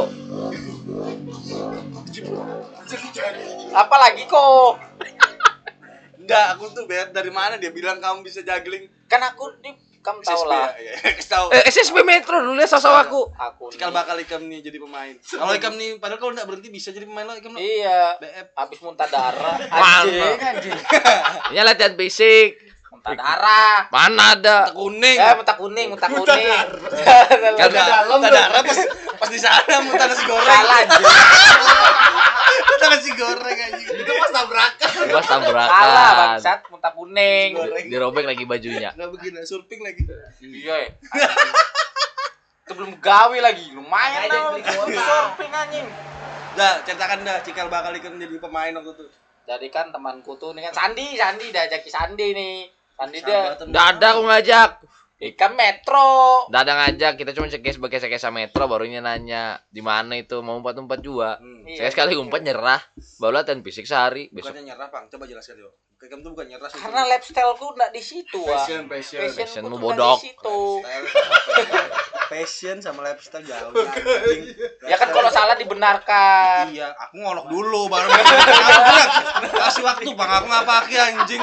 Apalagi kok? Enggak, aku tuh bed dari mana dia bilang kamu bisa juggling. Kan aku kamu tahu lah. Tahu. SSB Metro dulu ya sosok aku. Aku Cikal nih. bakal Ikam nih jadi pemain. Kalau Ikam nih padahal kalau enggak berhenti bisa jadi pemain lo Ikam lo. Iya. BF. Habis muntah darah. Mana? Anjing. Ini latihan fisik. Muntah darah. Mana ada? Mata kuning. Muntah kuning. Kan muntah darah pas di sana muntah nasi goreng. Salah aja. Muntah nasi goreng anjing. Itu pas tabrakan. Pas Salah tabrakan. bangsat, muntah kuning. Dirobek lagi bajunya. Enggak begini surfing lagi. Iya. Itu belum gawe lagi. Lumayan Aja lah. beli kuota. Shopping anjing. Dah, ceritakan dah cikal bakal Ikam jadi pemain waktu itu. Jadi kan temanku tuh ini kan Sandi diajaki Sandi nih. Sandi dia. Nggak ada aku ngajak. Ikan Metro. Nggak ada ngajak. Kita cuma sebagai sekesa Metro barunya nanya di mana itu mau umpat juga. Saya sekali umpat nyerah. Baru latihan fisik sehari. Besok Bukannya nyerah, Bang. Coba jelaskan dulu. Ikam tuh bukan nyerah sih. Karena lifestyle-ku enggak di situ, Wak. Passion. Passionmu Passionku tuh bodok. nggak di situ. Passion sama lifestyle jauh anjing. Ya kan kalau salah dibenarkan. Iya, aku ngolok dulu baru kasih waktu Bang, aku nggak pakai anjing.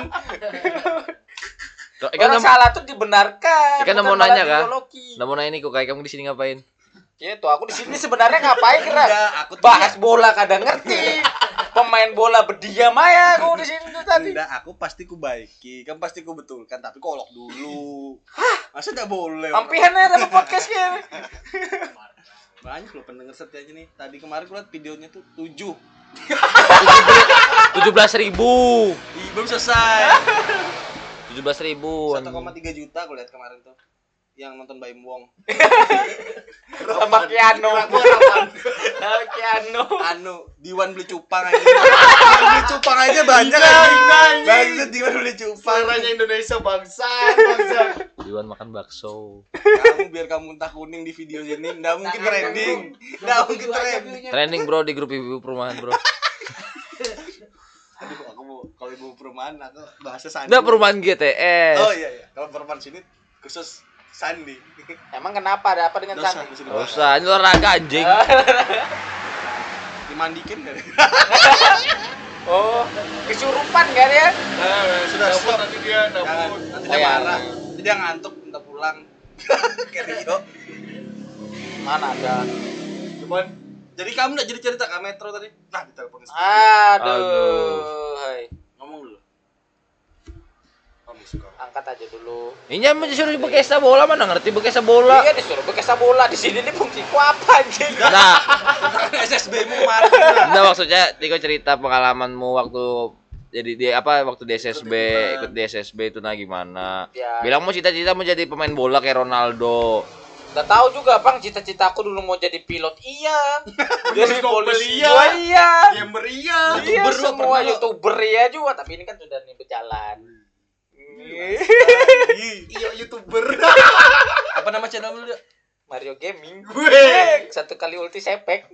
Orang salah tuh dibenarkan. Ikan bukan mau malah nanya kah? ideologi. Nggak mau nanya nih kok kayak kamu di sini ngapain? Ya tuh aku di sini sebenarnya ngapain kira? Enggak, aku tuh Bahas bola kadang ngerti. Pemain bola berdiam aja aku di sini tuh tadi. enggak, aku pasti ku baiki, kan pasti ku betulkan, tapi kolok dulu. Masa enggak boleh? Ampihan aja dapat podcast ya. Banyak loh pendengar setianya nih. Tadi kemarin ku lihat videonya tuh 7. 17.000. Belum selesai. 17.000. 1,3 juta aku lihat kemarin tuh. Yang nonton Baim Wong. Sama Kiano. Kiano. Anu, Diwan beli cupang aja. Diwan beli cupang aja banyak anjing. Banget Diwan beli cupang. Suaranya Indonesia bangsa. Diwan makan bakso. Kamu biar kamu muntah kuning di video ini enggak mungkin trending. Enggak mungkin trending. Trending, Bro, di grup ibu perumahan, Bro. Aduh, aku mau kalau ibu perumahan aku bahasa Sandi. Udah perumahan GTS. Oh iya iya. Kalau perumahan sini khusus Sandi. Emang kenapa ada apa dengan Dosa Sandi? di sini. Nggak usah, ini olahraga anjing. Dimandikin enggak? Oh, kesurupan kan ya? Sudah stop. Nanti dia Jangan, dapur. nanti Oh, dia iya. marah. Nanti dia ngantuk minta pulang. Kayak Rio. Mana ada? Cuman Jadi kamu enggak jadi cerita ke Metro tadi? Nah, diteleponin. Aduh. Aduh. Hai. Ngomong dulu. Angkat aja dulu. Ini mah disuruh bekesa bola mana ngerti bekesa bola. Iya disuruh bekesa bola di sini nih fungsiku apa anjing? Nah, SSB mu kemarin. nah maksudnya Tiko cerita pengalamanmu waktu jadi di apa waktu di SSB ikut di SSB itu nah gimana? Ya. Bilang mau cita-cita mau jadi pemain bola kayak Ronaldo. Udah tahu juga bang, cita-citaku dulu mau jadi pilot iya, jadi polisi iya. juga iya, Gamer iya. iya YouTuber lo semua pernah lo. youtuber ya juga, tapi ini kan sudah nih berjalan. Iya YouTuber. Apa nama channel lu? Dio? Mario Gaming, Weh. satu kali ulti sepek.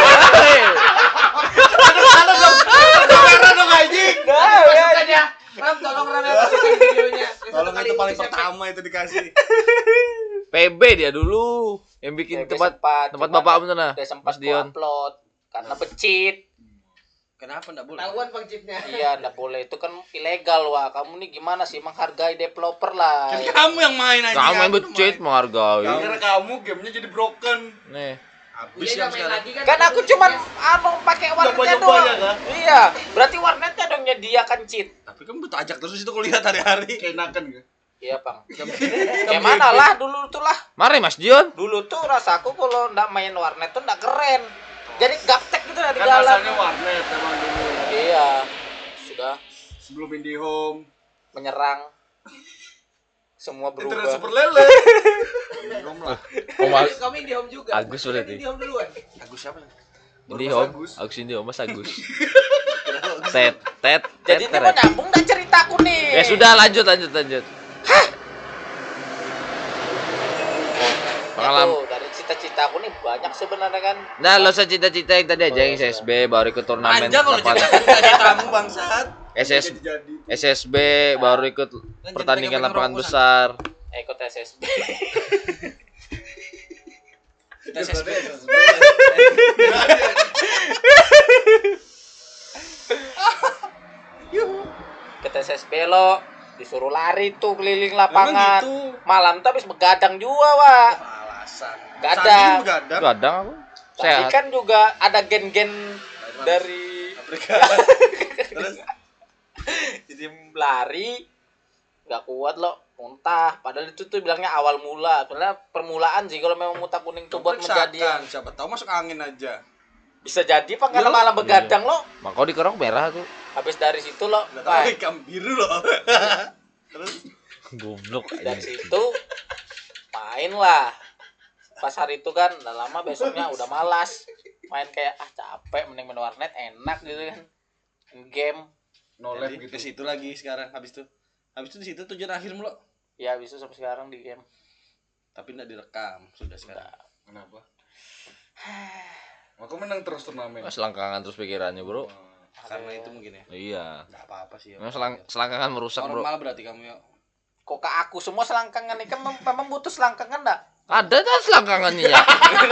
Kamera dong anjing. Masukan ya. Ram tolong Ram ya masukin videonya. Tolong itu paling pertama itu dikasih. PB dia dulu yang bikin tempat bapakmu tuh nah. Udah sempat Mas Dion. upload karena becit. Kenapa enggak boleh? Tahuan Bang Chipnya. Iya, nggak boleh itu kan ilegal wah. Kamu nih gimana sih menghargai developer lah. Kan kamu yang main aja. Kamu yang becit menghargai. Gara kamu gamenya jadi broken. Nih. Habis Iya yang main sekarang. lagi kan. Kan aku cuman pakai warnetnya Nyoba-nyoba doang. ya, kan? Iya, berarti warnetnya dong nyediakan cheat. Tapi kamu betul ajak terus itu kulihat hari-hari. Keenakan gak? Iya, Bang. Kayak mana lah dulu tuh lah. Mari Mas Dion. Dulu tuh rasaku kalau ndak main warnet tuh ndak keren. Jadi gaptek gitu dari Kan jalan. asalnya warnet emang dulu. Iya. Sudah Sebelum IndiHome. menyerang. Semua Internet berubah. super lele. IndiHome lah. Kami di home juga. Agus berarti. Di home duluan. Agus siapa? Indi Mas Home. Agus. Agus Indi Home Mas Agus. Tet. Jadi ini mau nyambung dah ceritaku nih. Ya sudah lanjut. Pengalaman. Itu dari cita-citaku nih banyak sebenarnya kan. Nah, lo cita-cita yang tadi aja yang SSB baru ikut turnamen Panjang kalau lapangan. cerita enggak kamu bangsat. Jadi. SSB baru ikut pertandingan lapangan besar. Ikut SSB. Kita SSB. Ikut SSB lo disuruh lari tuh keliling lapangan. gitu. Malam tuh habis begadang juga, Wak. Alasan. Gadang. Sandi begadang. Kadang aku Tapi sehat. kan juga ada gen-gen dari Afrika. Terus jadi lari nggak kuat lo muntah padahal itu tuh bilangnya awal mula sebenarnya permulaan sih kalau memang muntah kuning tuh buat menjadi periksakan, siapa tahu masuk angin aja. bisa jadi apa karena malam begadang lo Makau dikerok merah tuh. habis dari situ lo Enggak wah, tahu ikan biru loh. Terus Goblok dari aja. situ main lah pas hari itu kan udah lama besoknya udah malas main kayak capek mending main warnet enak gitu kan game No jadi life ke gitu. situ lagi sekarang habis itu. Habis itu di situ tujuan akhir lo. ya bisa sampai sekarang di game Tapi enggak direkam sudah sekarang. Kenapa? Aku menang terus turnamen. Selangkangan terus pikirannya, Bro. Karena itu mungkin ya. Iya. Enggak apa-apa sih. Ya. Memang selangkangan merusak, Bro. Normal berarti kamu ya. kok ke aku semua selangkangan ini kan memang butuh selangkangan enggak Ada kan selangkangannya ya.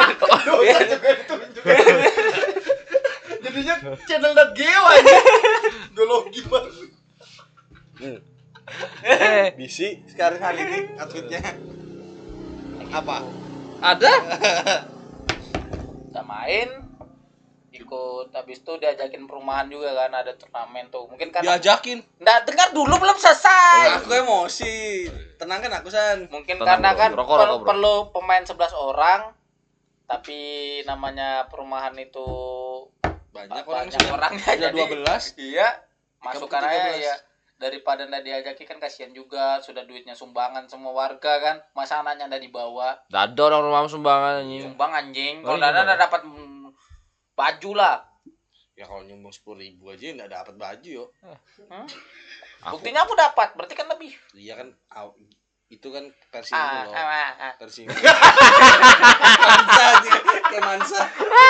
Jadinya channel .geo aja. Biologi banget. Bisi sekarang hari ini outfitnya. Apa? Ada? kita main ikut habis itu diajakin perumahan juga kan ada turnamen tuh mungkin karena Diajakin. nggak dengar dulu belum selesai Aku emosi. Tenangkan aku San. mungkin Tenang, karena bro. kan Rokok, rokok, bro. perlu pemain 11 orang tapi namanya perumahan itu Banyak orangnya Ada jadi 12. iya masukkan aja 13. ya daripada ndak diajakin kan kasihan juga sudah duitnya sumbangan semua warga kan masa anaknya ndak dibawa Ada orang rumah sumbangan anjing. sumbang anjing Oh, kalau iya, dana Bang. ndak dapat baju lah Ya kalau nyumbang 10.000 aja enggak dapat baju yo. buktinya aku dapat berarti kan lebih Iya kan itu kan versi loh. Versi. Mansa aja kayak Mansa.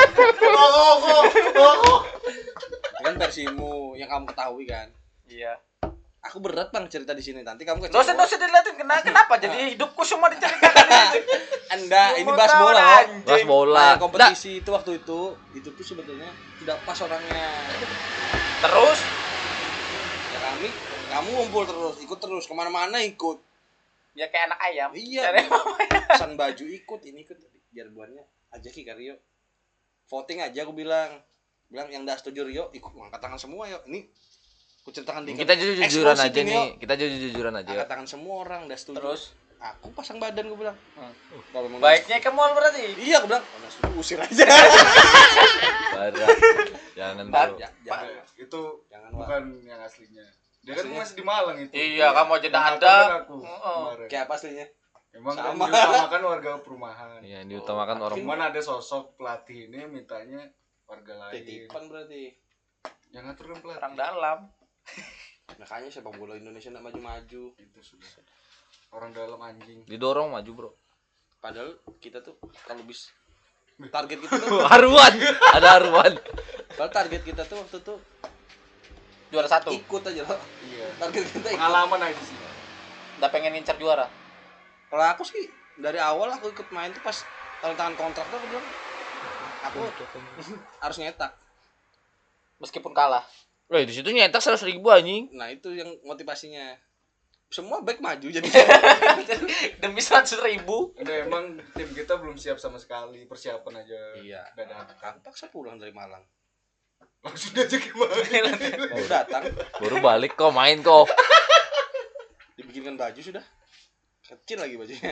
Itu kan versimu yang kamu ketahui kan. iya Aku berat Bang cerita di sini nanti kamu kecewa. dosen dilihatin kenapa jadi hidupku semua diceritakan Anda ini Semua bahas tahu bola. lah, Kok. anjing. Bahas bola. Nah, kompetisi itu waktu itu tuh sebetulnya tidak pas orangnya. terus Ya kamu ngumpul terus, ikut terus kemana-mana ikut. ya kayak anak ayam Iya. Cari Pesan baju ikut, ini ikut biar buannya aja Ki Rio. Voting aja aku bilang yang enggak setuju Rio ikut angkat tangan semua yuk. Ini Aku ceritakan di Kita jujur-jujuran Eksplosif aja ini, nih. yo. Kita jujur-jujuran aja. Katakan semua orang udah setuju. Terus Aku pasang badan gue bilang. Kalau emang baiknya ke mall berarti. Iya, aku bilang. Oh, nggak setuju, usir aja. Parah. Jangan bro. Jangan. Itu Jangan, bukan yang aslinya. Dia kan masih di Malang itu. Iya, kamu aja Yang ada. ngatur kan aku Heeh. kemarin. Kayak apa aslinya? Emang kan Sama. diutamakan warga perumahan. Iya, yang diutamakan orang. Cuman ada sosok pelatih ini mintanya warga lain. Titipan berarti. Yang ngatur kan pelatih. Orang dalam. Makanya sepak bola Indonesia nggak maju-maju. Itu sudah. Orang dalam anjing. Didorong maju, Bro. Padahal kita tuh kalau bis target kita tuh Haruan. Ada haruan. padahal target kita tuh waktu tuh Juara 1. ikut aja loh. Iya. Target kita ikut. Pengalaman aja sih. Udah pengen ngincar juara. Kalau aku sih dari awal aku ikut main tuh pas tanda tangan kontrak tuh aku bilang aku harus nyetak. Meskipun kalah. Wah, di situ nyetak 100.000 anjing. Nah itu yang motivasinya. Semua back maju jadi. Demi 100.000. Ada emang tim kita belum siap sama sekali, persiapan aja. Iya. Dadakan. Aku paksa pulang dari Malang. Langsung aja gimana? Baru datang, Baru balik kok main kok. dibikinkan baju sudah. Kecil lagi bajunya.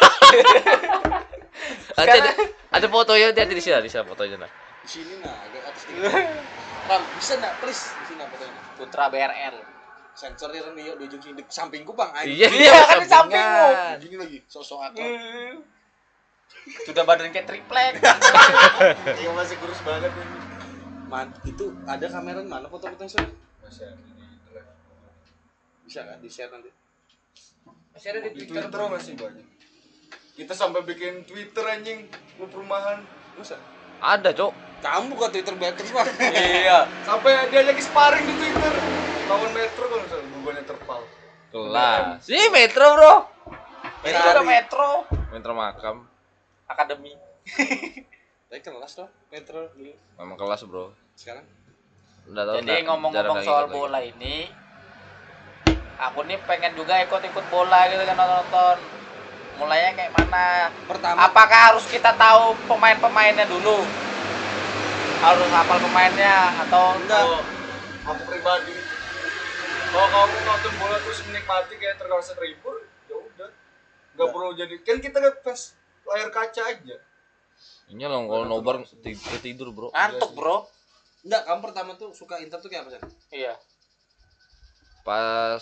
Ada fotonya hati-hati di sini, fotonya nah. Di sini nah agak atas dikit. Ram, bisa enggak please di sini fotonya. Putra BRL. Sensornya kan di ujung sini di sampingku Bang. Iya, kan di sampingmu. Di sini lagi sosok akal. Sudah badan kayak triplek. Iya masih kurus banget ini. Itu ada kamera mana foto-fotonya sudah? Masih ada di drive. Bisa kan di-share nanti. Masih ada di Di Twitter. Twitter masih banyak. Kita sampai bikin Twitter anjing klub perumahan. Masa? Ada, Cok. Kamu buka Twitter Bakers Bang. Iya. Sampai dia lagi sparring di Twitter. Lawan Metro kalau misalnya bukannya terpal. Kelas. Sih Metro, Bro. Itu udah Metro Metro Makam. Akademi. Tapi kelas loh, Metro dulu. Memang kelas, Bro. Sekarang Udah tahu. Jadi ngomong-ngomong jarang soal ikut lagi. bola ini, aku nih pengen juga ikut-ikut bola gitu kan nonton. Mulainya kayak mana? pertama Apakah harus kita tahu pemain-pemainnya dulu? Harus hafal pemainnya atau Enggak. Aku pribadi. Kalau kamu nonton bola terus menikmati kayak terasa terhibur, ya udah. Enggak perlu jadi kan kita kan fans layar kaca aja. Ini loh kalau nobar tidur, Bro. ngantuk, Bro? enggak, kamu pertama tuh suka Inter tuh kayak apa sih? Iya. Pas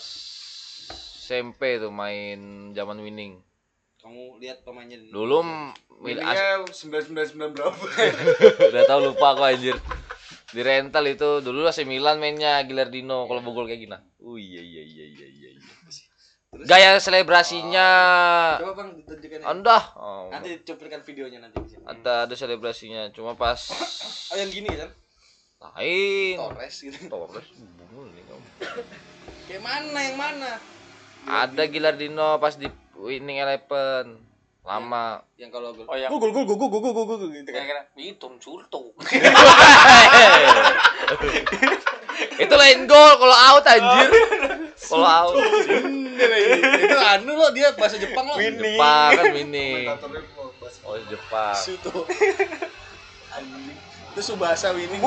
SMP tuh main zaman winning. Kamu lihat pemainnya di Dulu Ininya 999 berapa? udah tahu lupa aku anjir. Di rental itu dulu AC Milan mainnya Gilardino kalau Bogor kayak gini. Iya. Gaya selebrasinya Coba Bang ditunjukkan ya. Anda. Nanti cuplikan videonya nanti di sini. Ada selebrasinya, cuma pas Oh yang gini kan? lain. Torres gitu. Torres bungul nih kamu. Kayak mana yang mana? Ada Gilardino pas di Winning Eleven. Lama. Yang kalau gol. Oh yang Gol gitu kan. kira-kira itu cultu. Itu lain gol kalau out anjir. Kalau out. Itu anu loh dia bahasa Jepang loh. Jepang kan winning. Komentatornya mau bahas Oh, Jepang. Itu. Anjing. Itu Subasa winning.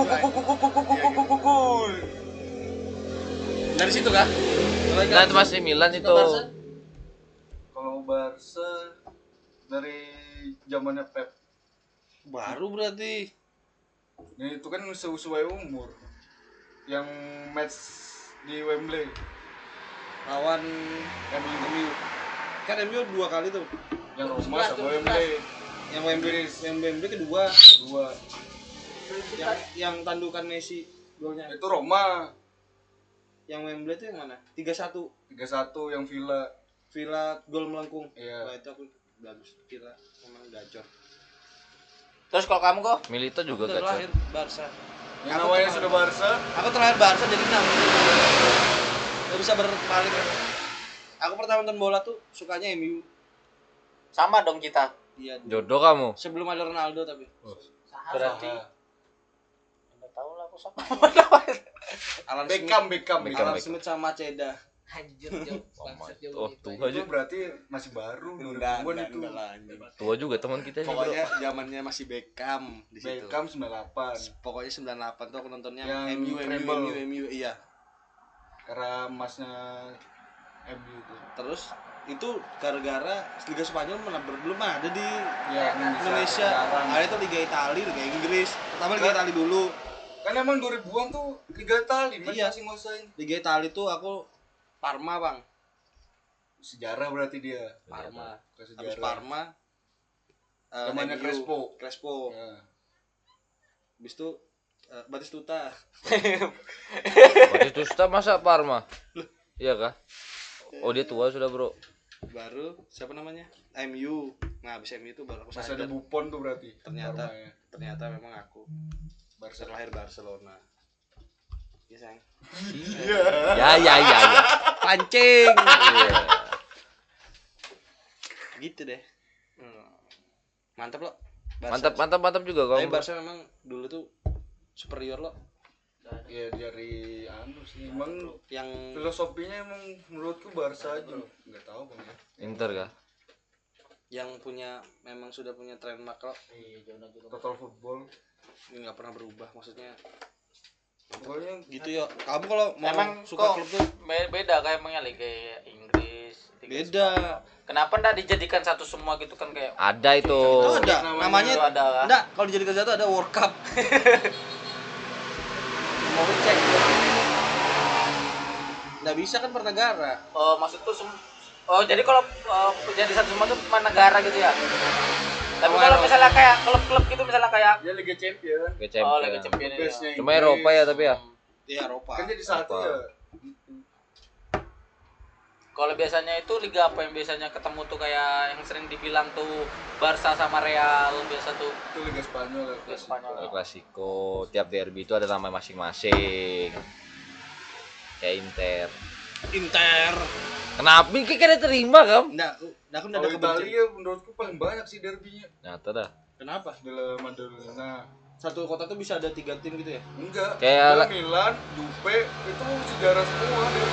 Dari situ kah? Nah, itu masih Milan itu. kalau Barca dari zamannya Pep. Baru berarti. Ini itu kan sesuai umur. Yang match di Wembley. Lawan MU. kan MU 2 kali tuh. Yang Roma sama Wembley. Yang Wembley kedua. Dua. Yang tandukan Messi golnya. Itu Roma. Yang Wembley itu yang mana? 3-1. 3-1 yang Villa. Villa gol melengkung. Iya. Wah itu aku bagus. Villa emang gacor. Terus kalau kamu kok? Milito juga Aku terakhir gacor. Barca. Yang namanya sudah Barca. Aku terakhir Barca jadi 6. Gak bisa berpaling. Aku pertama nonton bola tuh sukanya MU. Sama dong kita. Iya. Jodoh kamu. Sebelum ada Ronaldo tapi. Berarti Saha. enggak tahu lah aku sama. Alan Beckham. Alan Smith sama Ceda. Anjir, jauh. Bangsat jauh Oh, gitu tuh aja. aja. Itu berarti masih baru. Enggak 2000-an itu. lah anjing. Tua juga teman kita nih, Bro. Pokoknya zamannya masih Beckham di situ. Beckham 98. Pokoknya 98 tuh aku nontonnya Yang MU treble. iya. era emasnya MU itu. Terus itu gara-gara Liga Spanyol belum ada di Ya, Indonesia. jarang. Ada itu Liga Italia, Liga Inggris. Pertama Liga Italia dulu. Kan emang 2000-an tuh Liga Italia Iya. masih nguasain. Liga Italia tuh aku Parma, Bang. Sejarah berarti dia. Parma. Ke Habis sejarah. Parma Zamannya MU. Crespo. Ya. Habis itu Batistuta. Batistuta masa Parma? Iya kah? Oh dia tua sudah bro. Baru siapa namanya? MU. Nah, habis MU itu baru aku Masih ada sadar. Buffon tuh berarti. Ternyata Parma ya. ternyata memang aku terlahir Barcelona. Iya, sayang. Ya. Pancing. Iya. Gitu deh. Mantap loh. Barca. Mantap juga Tapi kamu. Barca memang dulu tuh superior loh. Ya dari sih emang Yang filosofinya emang menurutku Barca aja. Enggak tahu Bang ya. Inter kah? yang punya memang sudah punya trademark loh. Total football. Ini nggak pernah berubah maksudnya. Pokoknya Gitu ya. Kamu kalau mau Emang suka kok klub tuh beda kayak emangnya Liga Inggris, Liga beda. Spanyol. Kenapa ndak dijadikan satu semua gitu kan kayak Ada itu. Itu ada namanya namanya itu ada kan? enggak kalau dijadikan satu ada World Cup. Mau cek. Nggak bisa kan per negara. Oh, maksud tuh jadi kalau jadi satu semua tuh cuma negara gitu ya. Tapi kalau misalnya kayak klub-klub gitu misalnya kayak dia Liga Champion. Ke oh Liga Champion. Champion ini. Base-nya Cuma Inggris. Eropa ya tapi ya. Di Eropa. Kan jadi satu Apa? ya. Kalau biasanya itu liga apa yang biasanya ketemu tuh kayak yang sering dibilang tuh Barca sama Real biasa tuh Itu Liga Spanyol ya. Liga Spanyol. El Clasico, tiap derby itu ada nama masing-masing. Kayak Inter. Inter. Kenapa? Kayak kalian terima kan? Enggak, aku enggak Kalau ada kebencian. Italia menurutku paling banyak sih derbynya. Nyata dah. Kenapa? Della Maddalena. Satu kota tuh bisa ada 3 tim gitu ya? Enggak. Kayak Inter, Milan, Juve itu sejarah semua deh.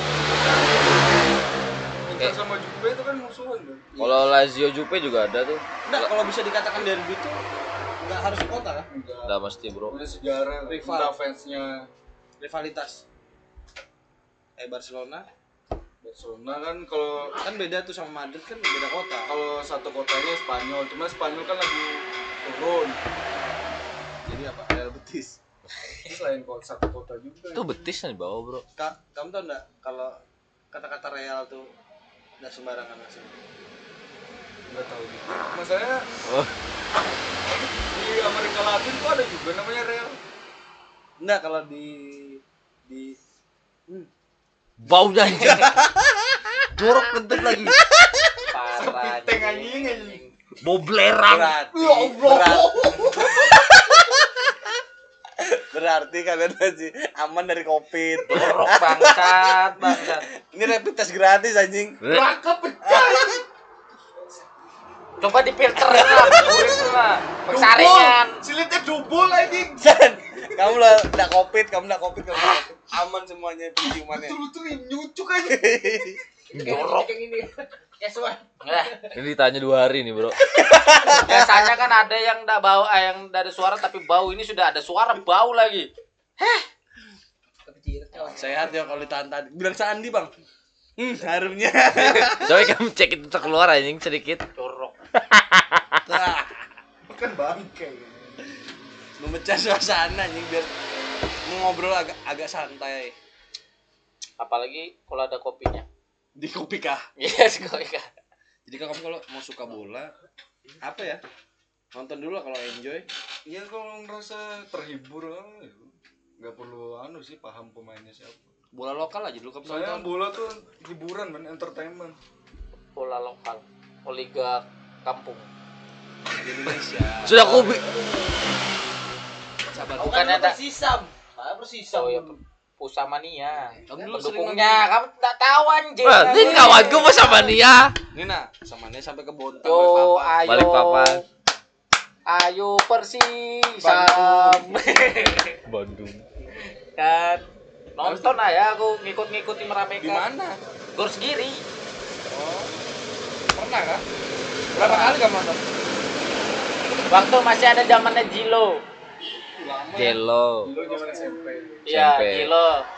Inter sama Juve itu kan musuhan kan. Kalau Lazio Juve juga ada tuh. Enggak, kalau bisa dikatakan derby itu enggak harus kota kan? Enggak. Udah mesti bro. Punya sejarah Rival. rival fansnya Rivalitas. Barcelona Barcelona kan kalau kan beda tuh sama Madrid kan beda kota. satu kotanya Spanyol, cuma Spanyol kan lagi turun. Jadi apa? Real Betis. Terus selain satu kota juga. Itu betis nih bawah bro. Kamu tau enggak kalau kata-kata Real tuh enggak sembarangan asli. Enggak tahu gitu. Masalahnya Oh. di Amerika Latin tuh ada juga namanya Real. Enggak kalau di Baunya aja. Jorok kentut lagi. Parah. Teng anjing. Bau belerang. Berarti kalian masih aman dari Covid. Jorok bangsat. Ini rapid test gratis anjing. Raka pecah. Coba difilter lah, itu lah. Persaringan. Silitnya double anjing. Kamu lah enggak Covid, kamu enggak Covid, kamu nggak Covid. Aman semuanya penciumannya. Betul-betul nyucuk aja. Jorok. Yang ini. Casual. Nah, Ini ditanya 2 hari nih bro. biasanya kan ada yang enggak bau, yang enggak ada suara tapi bau. Ini sudah ada suara, bau lagi. Kecil. Sehat ya kalau ditahan. Bilang Sandi, Bang. Harumnya. Coba kamu cek itu keluar anjing sedikit. Jorok. Tah, Kan bangke. memecah suasana anjing biar ngobrol agak santai Apalagi kalau ada kopinya. di kopi kah. Iya, sih kopi kan. Jadi kamu kalau mau suka bola apa ya? Nonton dulu lah kalau enjoy. Iya kalau ngerasa terhibur nggak perlu sih paham pemainnya siapa. Bola lokal aja dulu kamu Soalnya nonton. bola tuh hiburan man, entertainment. Bola lokal. Liga kampung. Di Indonesia. Sudah kopi. Sabar. Bukannya ada Persisam. Ah, Persisam. oh ya Pusamania. Kamu dulu sering Pendukungnya kamu enggak tahu anjing. Ini kawanku mau sama dia. Ini nah, sama dia sampai ke Bontang. Yo, Balikpapan. ayo. Balikpapan. Ayo Persisam. Bandung. Kan nonton aja aku ngikut-ngikutin merame Di mana? Gor Segiri. Oh. Pernah kan? Berapa kali kamu nonton? Waktu masih ada zamannya Jilo. Lama. Jelo. Dulu zaman SMP. Iya, SMP. Jilo.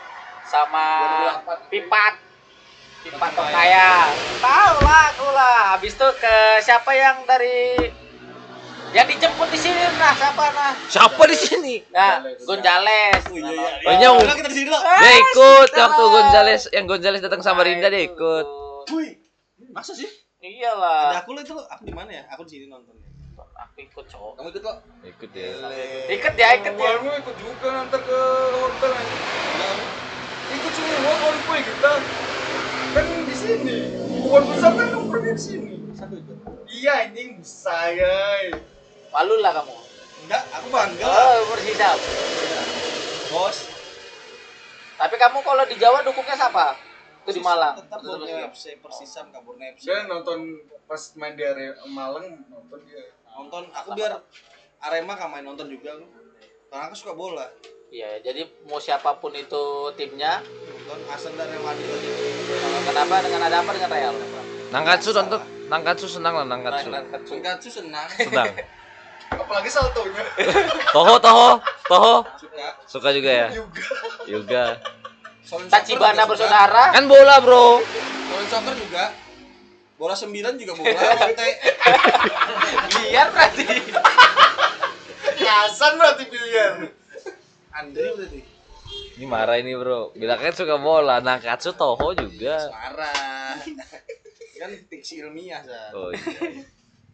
sama Pipat Tokaya. Tahu lah aku lah. Habis itu ke siapa yang dari yang dijemput di sini nah siapa nah? Siapa di sini? Nah, Gonzales. Banyak Udah kita di sini loh. dia ikut waktu Gonzales datang sama Rinda dia ikut. Wih. Masa sih? Iyalah. Ada aku lo itu lo. Aku di mana ya? Aku di sini nonton. Aku ikut cowok. Kamu ikut lo? Ikut ya. Ikut ya. Kamu ikut juga nanti ke hotel aja. Ikut semua kalau gue kita kan di sini. Bukan besar kan nongkrongnya di sini. Satu ikut. Iya anjing saya. Malu lah kamu. Enggak, aku bangga lah. Oh, Persisam. Bos. Tapi kamu kalau di Jawa dukungnya siapa? Itu di Malang. Tetap Borneo FC Persisam kabur FC. Dia nonton pas main di area Malang nonton dia. Nonton aku biar Arema kan main nonton juga aku. Karena aku suka bola. Iya, jadi mau siapapun itu timnya. Nonton Arsenal dan Real Madrid tadi. Kenapa dengan ada apa dengan Real? Nangkatsu nonton. Nangkatsu senang lah Nangkatsu. Sungkatsu senang. Senang. Apalagi saltonya. Toho. Suka. Suka juga ya. Juga. Solin Tachibana Soccer juga bersaudara. Kan bola, Bro. suka. Solin Soccer juga. Bola 9 juga bola. Lantai. Liar berarti. Hasan berarti pilihan. Andre berarti. Ini marah ini, Bro. Bila kan suka bola, Nangkatsu Toho juga. Marah. Kan fiksi ilmiah Sa. Oh iya.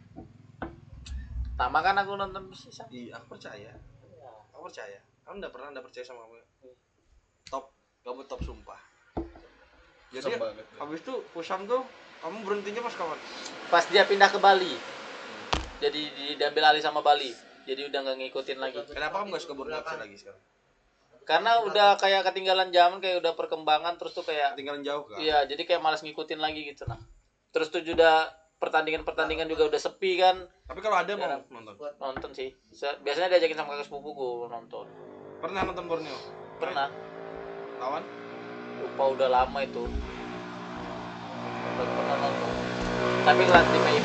Sama kan aku nonton Persisam. Iya, aku percaya. Aku percaya. Kamu enggak pernah enggak percaya sama aku. Top, kamu top sumpah. Jadi Banget. habis itu Pusam tuh kamu berhentinya pas kapan? Pas dia pindah ke Bali. Jadi diambil alih sama Bali. Jadi udah nggak ngikutin lagi. Kenapa kamu enggak suka Borneo FC lagi sekarang? Karena udah kayak ketinggalan zaman, kayak udah perkembangan terus tuh kayak Tinggalan jauh kan? iya, jadi kayak malas ngikutin lagi gitu nah. Terus tuh juga pertandingan juga udah sepi kan. Tapi kalau ada mau Jarang. nonton. Nonton sih. Biasanya diajakin sama kakak sepupuku nonton. Pernah nonton Borneo? Pernah. Lawan? Lupa udah lama itu. Pernah nonton. Tapi kelas di Mei.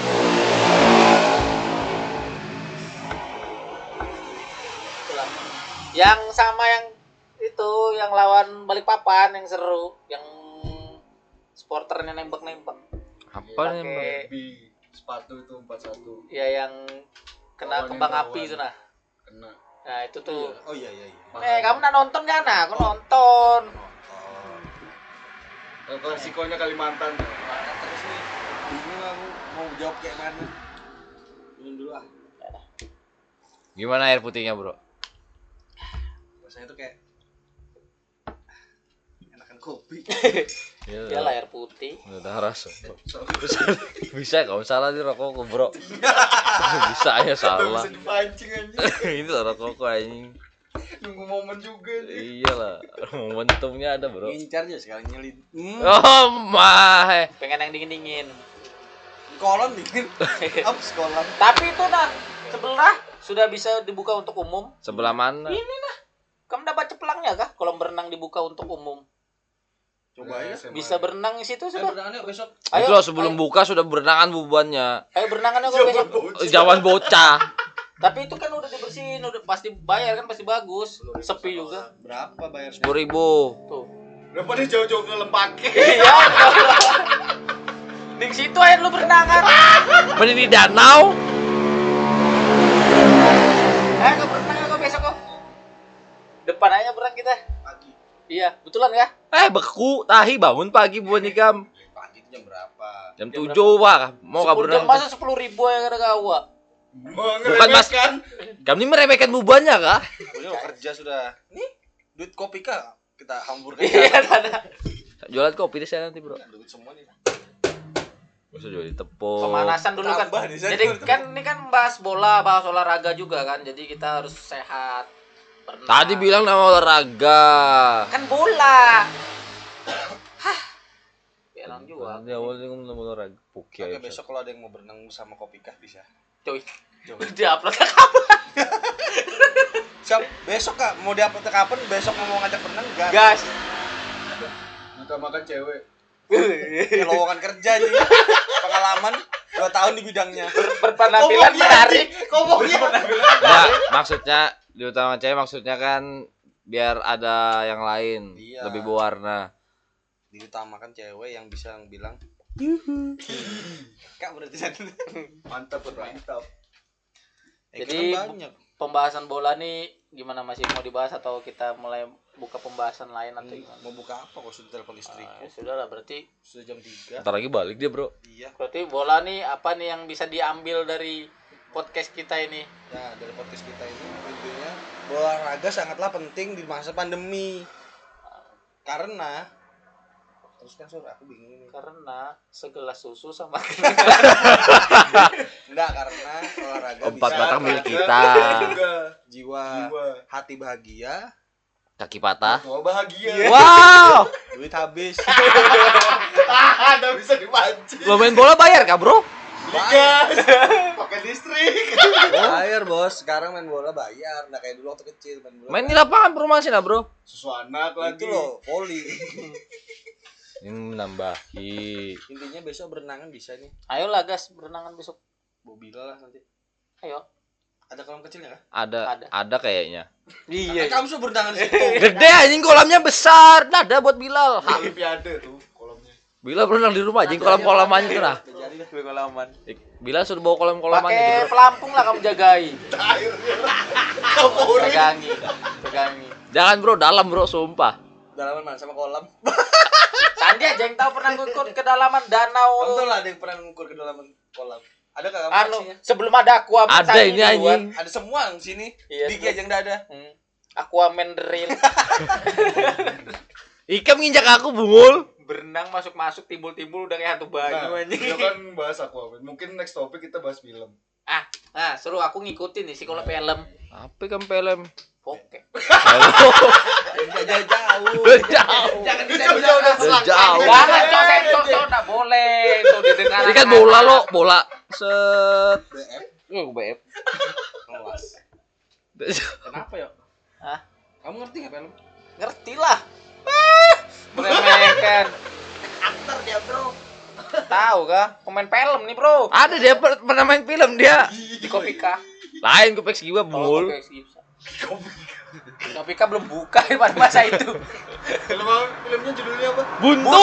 Itulah. Yang sama yang itu yang lawan Balikpapan yang seru, yang sporternya nembak-nembak. Apa nih, Bang? Pakai Di sepatu itu 41 ya yang kena Lawan kembang yang api lawan. itu nah. kena. Nah, itu tuh. Oh iya. Kamu nak nonton kan? Nah, aku nonton. Klasikonya Kalimantan. Terus nih, bingung aku mau jawab kayak mana. Minum dulu ah. Gimana air putihnya, Bro? Rasanya tuh kayak enakan kopi. Dia air putih. Udah rasa. Bisa kalau salah di rokokku, Bro. Bisa ya salah. Bisa dipancing anjing. Ini rokokku anjing. Nunggu momen juga nih. Iyalah, momentumnya ada, Bro. Ngincar aja sekali nyelin. Oh, my. Pengen yang dingin-dingin. Kolon dingin. Apa sekolah? Tapi itu nah, sebelah sudah bisa dibuka untuk umum. Sebelah mana? Ini nah. Kamu udah baca pelangnya kah? Kolam berenang dibuka untuk umum. Coba ya. Bisa berenang di situ sudah. Berenang yuk besok. Itu loh, sebelum buka sudah berenangan bubannya. Ayo berenangan yuk besok. Jawan bocah. Tapi itu kan udah dibersihin, udah pasti bayar kan pasti bagus. Sepi juga. Berapa bayar? 10.000. Tuh. Kenapa dia jauh-jauh ke Lempake? Iya. Di situ aja lu berenangan. Mending di danau. Ayo berenang kok besok kok. Depan aja berenang kita. Pagi. Iya, betulan ya? Beku, tahi bangun pagi buat nikam. Pagi itu jam berapa? Jam 7, Pak. Mau kabur Masa 10.000 yang ada gawa? Bukan, Mas. Kami meremehkan bebannya, kah? Udah kerja sudah. Nih, duit kopi kah? Kita hamburkan. Iya, ada. Jualan kopi di sana nanti, Bro. Duit semua nih. Bisa jual di tepung. Pemanasan dulu kan. Tambah di sana. Jadi kan ini kan bahas bola, bahas olahraga juga kan. Jadi kita harus sehat. Berenang. Tadi bilang nama olahraga. Kan bola. Hah. Bilang juga. Tadi awalnya ngomong nama olahraga. Puki Oke, aja. besok kalau ada yang mau berenang sama kopi kah bisa. Cuy. Di-upload ke kapan? Siap, besok kak mau diupload ke kapan? Besok mau ngajak berenang enggak? Gas. Kita makan cewek. Ya lowongan kerja aja. Pengalaman 2 tahun di bidangnya. Berpenampilan menarik. Ngomongnya. Enggak, maksudnya di utama cewek maksudnya kan biar ada yang lain Iya. lebih berwarna. Diutamakan cewek yang bisa bilang Kak berarti Mantap, mantap. Jadi, kan banyak. Pembahasan bola nih gimana, masih mau dibahas atau kita mulai buka pembahasan lain atau gimana? Mau buka apa kok sudah telepon istriku? Ya sudah lah, berarti Sudah jam 3. Ntar lagi balik dia, Bro. Iya. berarti bola nih apa nih yang bisa diambil dari podcast kita ini? Ya, dari podcast kita ini intinya olahraga sangatlah penting di masa pandemi. Karena terus kan Sur, aku bingung ini. Karena segelas susu sama Enggak, karena olahraga Empat bisa batang milik kita. Juga. jiwa, Jiwa. hati bahagia, Kaki patah. Tua bahagia. Wow. duit habis. Ada bisa dipancing. Lo main bola bayar kah, Bro? Gas. Pakai listrik. Bayar, Bos. Sekarang main bola bayar. Nggak kayak dulu waktu kecil main bola. Main di lapangan perumahan sih, nah, Bro. Susu anak lagi. itu loh, voli. Ini menambahi. Intinya besok berenangan bisa nih. Ayolah gas, berenangan besok. Bobila lah nanti. Ayo. Ada kolam kecilnya kah? Ada kayaknya. Iya. Kamu sudah berenangan di situ. Gede anjing, kolamnya besar. Nah, ada buat Bilal. Olimpiade tuh kolamnya. Bilal berenang di rumah anjing kolam-kolamannya tuh nah. Jadi dah. Kolaman. Bilal sudah bawa kolam-kolamannya Pakai gitu, Bro. pelampung lah kamu jagai. Airnya. Kapuri. Pegangi. Pegangi. Jangan, Bro, dalam, Bro, sumpah. Dalaman mana sama kolam? Sandi aja yang tahu pernah ngikut kedalaman danau. Betul lah ada yang pernah mengukur ke dalaman kolam. Ada kah kamu Anu, saksinya? sebelum ada Aquaman Ada Sandi ini duluan. anjing. Ada semua di sini. Iya, Diki aja yang enggak ada. Aquaman the real. Ikan nginjak aku, bungul. Berenang masuk-masuk timbul-timbul udah kayak hantu banyu Nah, anjing. kita kan bahas Aquaman. Mungkin next topik kita bahas film. Nah, seru aku ngikutin nih psikolog film. Apa kan film? Oke. Enggak jauh-jauh. Jauh. Jangan Udah jauh. Jangan cok sensor cok enggak boleh. Tuh didengar. Ini kan bola lo, bola. Set. BF. Kelas. Kenapa ya? Hah? Kamu ngerti enggak film? Ngerti lah. Meremehkan. Aktor dia, Bro. Tahu kah? Pemain film nih, Bro. Ada dia pernah main film dia. Di Kopika. Lain gue peks gua Kalau bungul. Kopika belum buka pada masa itu. Filmnya judulnya apa? Buntu.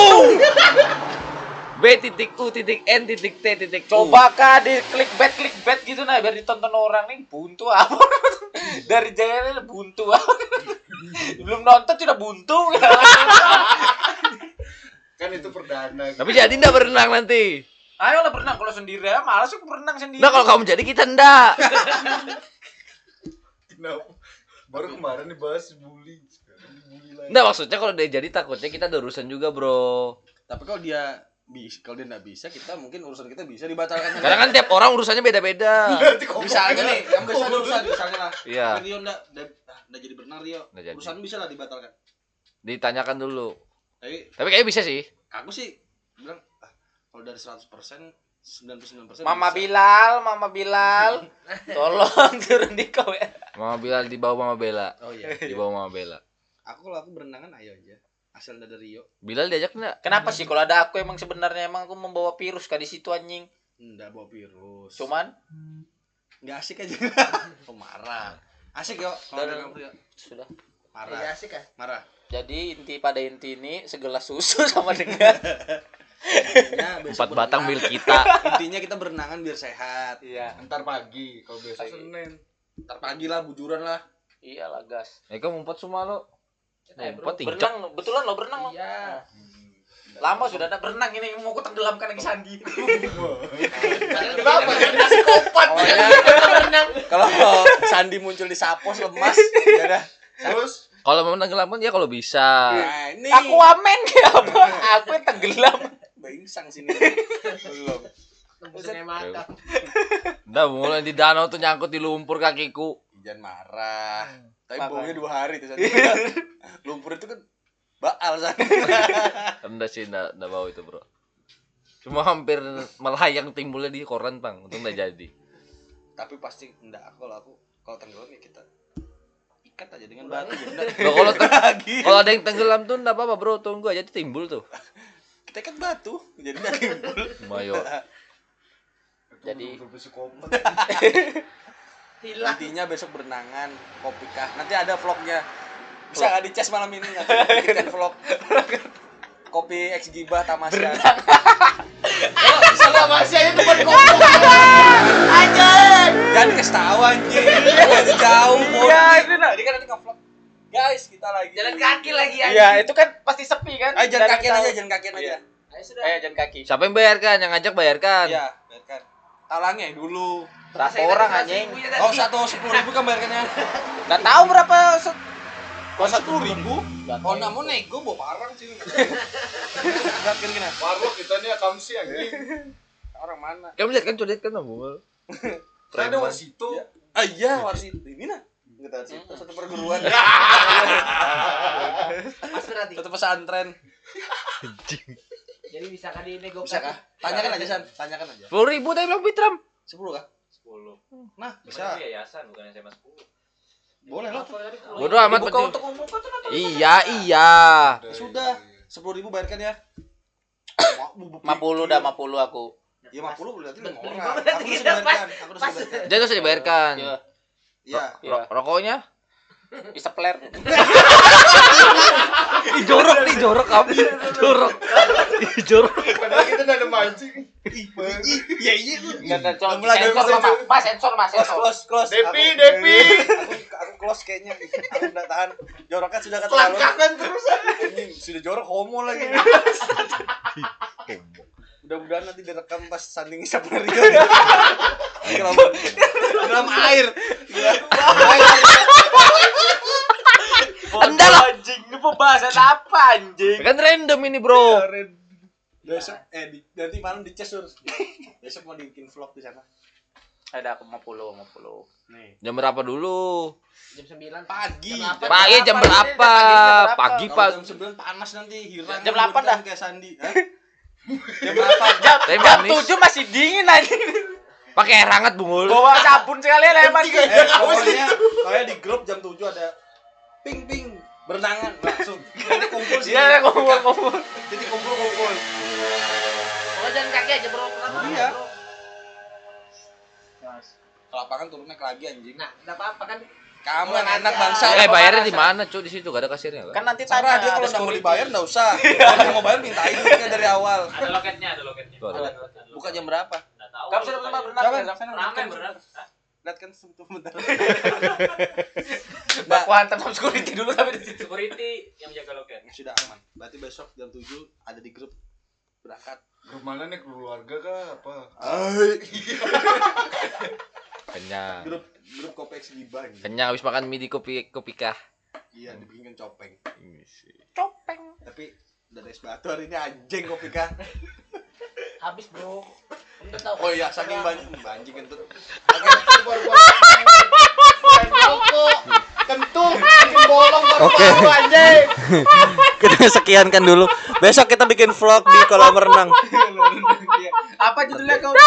B.U.N.T.T.U. Coba kah di clickbait gitu nah biar ditonton orang nih buntu apa? Dari jayanya buntu apa? Belum nonton sudah buntu. Kan itu perdana. Tapi jadi ndak berenang nanti. Ayolah berenang kalau sendiri ya, malas aku berenang sendiri. Nah, kalau kamu jadi kita ndak. Kenapa? Baru kemarin dibahas bully. Sekarang dibully lagi. Ndak, maksudnya kalau dia jadi takutnya kita ada urusan juga, Bro. Tapi kalau dia bisa, kalau dia enggak bisa, kita mungkin urusan kita bisa dibatalkan. Karena kan tiap orang urusannya beda-beda. Misalnya nih, kamu bisa ada urusan misalnya lah. Iya. Rio enggak jadi berenang Rio. Nggak jadi. Urusan bisa lah dibatalkan. Ditanyakan dulu. Tapi Kayaknya bisa sih. aku sih bilang kalau dari 100% 99% Mama bisa. Bilal, tolong turun di kowe. Mama Bilal di bawah Mama Bella. Oh iya. Di bawah Mama Bella. Kalau aku berenangan ayo aja. Asal dari Rio. Bilal diajak nggak? Kenapa sih kalau ada aku emang sebenarnya emang aku membawa virus kah di situ anjing. Enggak bawa virus. Cuman enggak asik aja. Oh, marah. Asik yo. Kalau Dan- ada kamu Rio. sudah. Marah. asik kan? Marah. Jadi pada inti ini segelas susu sama dengan Intinya besok 4 batang berenang. milik kita. Intinya kita berenangan biar sehat. iya. Ntar pagi. Kalau besok Pagi. Senin. Ntar pagi lah bujuran lah. Iyalah gas. Kamu ngumpet semua lo. Ngumpet tingcok. Berenang betulan lo berenang lo. Iya. Lama sudah ada berenang ini mau aku tenggelamkan lagi Sandi. Kenapa? Jadi psikopat. Pokoknya kalau Sandi muncul di Sapos lemas, ya dah. Terus Kalau mau tenggelam ya kalau bisa. Nah, ini Aku amen ya apa? Aku yang tenggelam. Bingsang sini. Belum. Tembusnya mata. Udah mulai di danau tuh nyangkut di lumpur kakiku. Jangan marah. Tapi Marah. baunya 2 hari tuh Sandi. Lumpur itu kan baal Sandi. Enggak sih, enggak bau itu, Bro. Cuma hampir melayang timbulnya di koran, Bang. Untung enggak jadi. Tapi pasti enggak aku kalau tenggelam ya kita ikat aja dengan batu ya. Enggak. Loh, kalau ada yang tenggelam tuh enggak apa-apa, Bro. Tunggu aja timbul tuh. Kita ikat batu jadi enggak timbul. Mayo. Jadi- psikopat. Intinya besok berenangan, kopi kah. Nanti ada vlognya. Bisa nggak dicas malam ini nggak? Bikin vlog. Kopi X Gibah Tamasya. Salah masih aja tempat ngomong. Jangan dikasih tahu anjing. Itu jauh. Iya, itu nah. Jadi kan nanti nge-vlog. Guys, kita lagi. Jalan kaki lagi ya. Iya, itu kan pasti sepi kan. Ayo jalan Dari kakian tahu. aja, jalan kakian aja. Ayo sudah. Ayo jalan kaki. Siapa yang bayarkan? Yang ngajak bayarkan. Iya, bayarkan. Talangnya dulu. Berapa orang anjing? Oh, 10.000 kan bayarkannya. Enggak tahu berapa Oh, 10.000. Oh, namun nego bawa barang sih. Enggak kira-kira. Warlock kita nih akamsi anjing. Orang mana? Kamu lihat kan codet kan Bung. Ada Warsito. Ah iya, Warsito. Ini nah. Kita situ satu perguruan. Mas berarti. Satu pesantren. Jadi bisa kan dinego. Bisa kah? Tanyakan aja, San. Tanyakan aja. 10.000 tadi bilang Pitram. 10 kah? 10. Nah, Bisa bisa. yayasan bukan SMA 10. Boleh lah. Bodoh amat Dibuka penting. untuk umum kan tuh. Iya. Sudah. 10.000 bayarkan ya. 50 dah 50 aku. Ya 50 berarti 5 orang. Aku udah bayarkan. Aku udah bayarkan. Jangan usah dibayarkan. Iya. Iya. Iya. Rokoknya? Isepler. Jorok nih, jorok kamu. Jorok. Jorok. Padahal kita udah ada mancing. Iya iya. Enggak ada cowok. Mulai dari Sensor Mas. Mas sensor Mas sensor. Close. Depi. Aku close kayaknya. Aku udah tahan. Joroknya sudah keterlaluan. Langkakan terus. Anjing, sudah jorok homo lagi. Mudah-mudahan nanti direkam pas sanding isap Mario. Dalam air. Anda lah. Anjing, ini pembahasan apa anjing? Kan random ini, Bro. Besok nanti malam dicas terus. Besok mau bikin vlog di sana. Ada aku 50. Nih. Jam berapa dulu? Jam 9 Pagi. Pagi jam berapa? Pagi, Pak. Jam 9 panas nanti hilang. Jam 8 dah. Kayak Sandi. Hah? Jam berapa? Teh Jam manis. 7 masih dingin anjing. Pakai air hangat, Bungul. Bawa sabun sekalian hemat. Pokoknya di grup jam 7 ada ping berenangan langsung. Nanti kumpul sih. Iya, kumpul. Jadi kumpul. Oh, jalan kaki aja, Bro. Kenapa? Iya. Bro? Ke lapangan turun naik lagi anjing. Nah, enggak apa-apa kan. Kamu yang enak bangsa. Bayarnya di mana, Cu? Di situ gak ada kasirnya Kan kan? nanti Cara tanya dia kalau ada udah mau security. dibayar enggak usah. Kalau mau bayar minta duitnya dari awal. Ada loketnya. Tuh, ada. Buka jam berapa? Enggak tahu. Kamu sudah pernah berenang? Coba. Rame berenang. Hah? Lihat kan sebentar. Baku hantam sama security dulu tapi di situ. Security yang menjaga loket. Sudah aman. Berarti besok jam 7 ada di grup berangkat. Grup mana nih, keluarga kah apa? Kenyang. Grup Kopi X Gibah. Kenyang habis makan mie di kopi kah? Iya, dibikinkan copeng. Copeng. Tapi udah es batu hari ini anjing kopi kah. Habis, Bro. Udah tahu. Oh iya, saking banyak anjing kentut. Oke. Kita sekiankan dulu. Besok kita bikin vlog di kolam renang. Apa judulnya kau?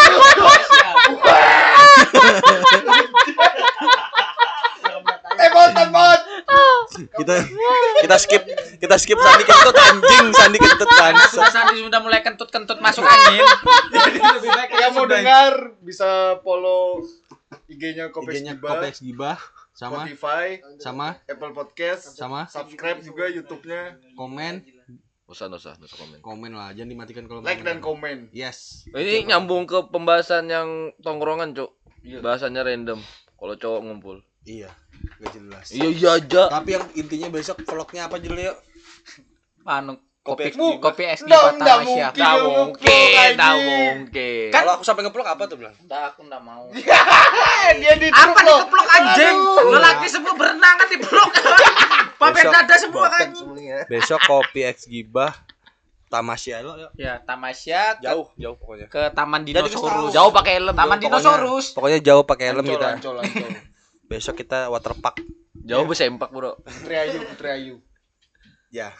Kita skip Sandi kentut anjing, Sandi kentut kan. Sudah Sandi sudah mulai kentut-kentut masuk angin. Jadi lebih baik Yang mau dengar bisa follow IG-nya Kopes IG-nya Gibah, Kopi X Gibah sama Spotify, Apple Podcast, sama subscribe juga YouTube-nya, komen Usah komen. komen lah, jangan dimatikan kalau like dan komen. komen. Yes. Ini nyambung ke pembahasan yang tongkrongan, Cuk. Bahasannya random. Kalau cowok ngumpul. Iya, gak jelas. Iya aja. Tapi yang intinya besok vlognya apa judulnya yuk? Anu Kopi kopi es di Nggak Batasya. mungkin. Tak mungkin. Kalau aku sampai ngeplok apa tuh bilang? Udah aku enggak mau. Dia di Apa dikeplok anjing? Lelaki semua berenang kan diplok. Pakai Besok- dada semua kan. Besok Kopi X Gibah Tamasya lo yuk. Ya, Tamasya Jauh pokoknya. ke Taman Jadi Dinosaurus. Jauh pakai helm. Taman jauh. Dinosaurus. Pokoknya jauh pakai helm Ancol, kita. Ancol. Besok kita waterpark. Jauh besempak, Bro. Putri Ayu. Ya.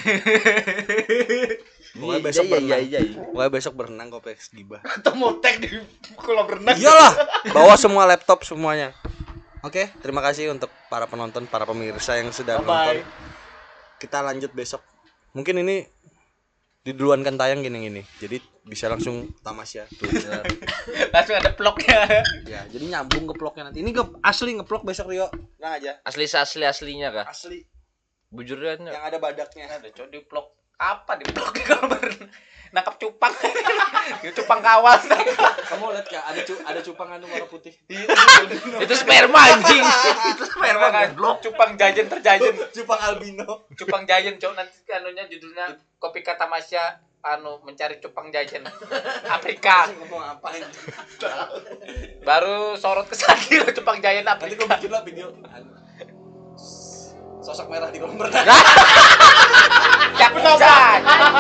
Pokoknya besok berenang. Pokoknya besok berenang Kopi X Gibah. Atau mau tag di kolam renang. Iyalah, bawa semua laptop semuanya. Oke, terima kasih untuk para penonton, para pemirsa yang sudah Bye-bye. menonton. Kita lanjut besok. Mungkin ini diduluankan tayang gini-gini. Jadi bisa langsung Tamasya tuh. bener. Langsung ada ploknya. Ya, jadi nyambung ke vlognya nanti. Ini asli ngeplok besok Rio. Nah aja. Aslinya kah? Asli. Bujurannya. Yang ada badaknya. Ada cok di vlog apa di vlog kalau nangkap cupang. Cupang kawal. Kamu lihat Kak, ada cupang anu warna putih. Itu sperma anjing. Itu sperma Kan goblok. cupang jajan terjajan. Cupang albino. Cupang jajan cok nanti anunya judulnya kopi kata Masya mencari cupang jajan Afrika. Ngomong apa ini? Baru sorot ke sana cupang jajan Nanti gue Afrika. bikin lah video sosok merah di kolam renang. Jaksa.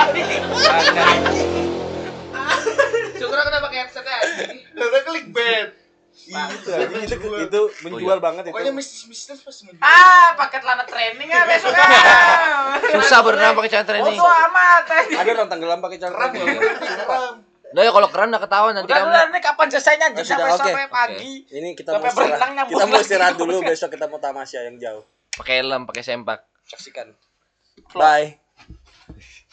Syukur aku udah pakai headsetnya. Udah clickbait. Itu menjual banget itu. Pokoknya mistis pasti menjual. Paket lana training besok Susah berenang pakai celana training. Bodo amat. Ada orang tenggelam pakai celana. Keren. Nah, ya kalau keren udah ketahuan nanti Udah kamu. ini kapan selesainya anjing Sudah, sampai oke. pagi. Ini kita mau Sampai berenang istirahat. nyambung Kita mau lagi. istirahat dulu, besok kita mau tamasya yang jauh. Pakai helm, pakai sempak. Saksikan. Bye.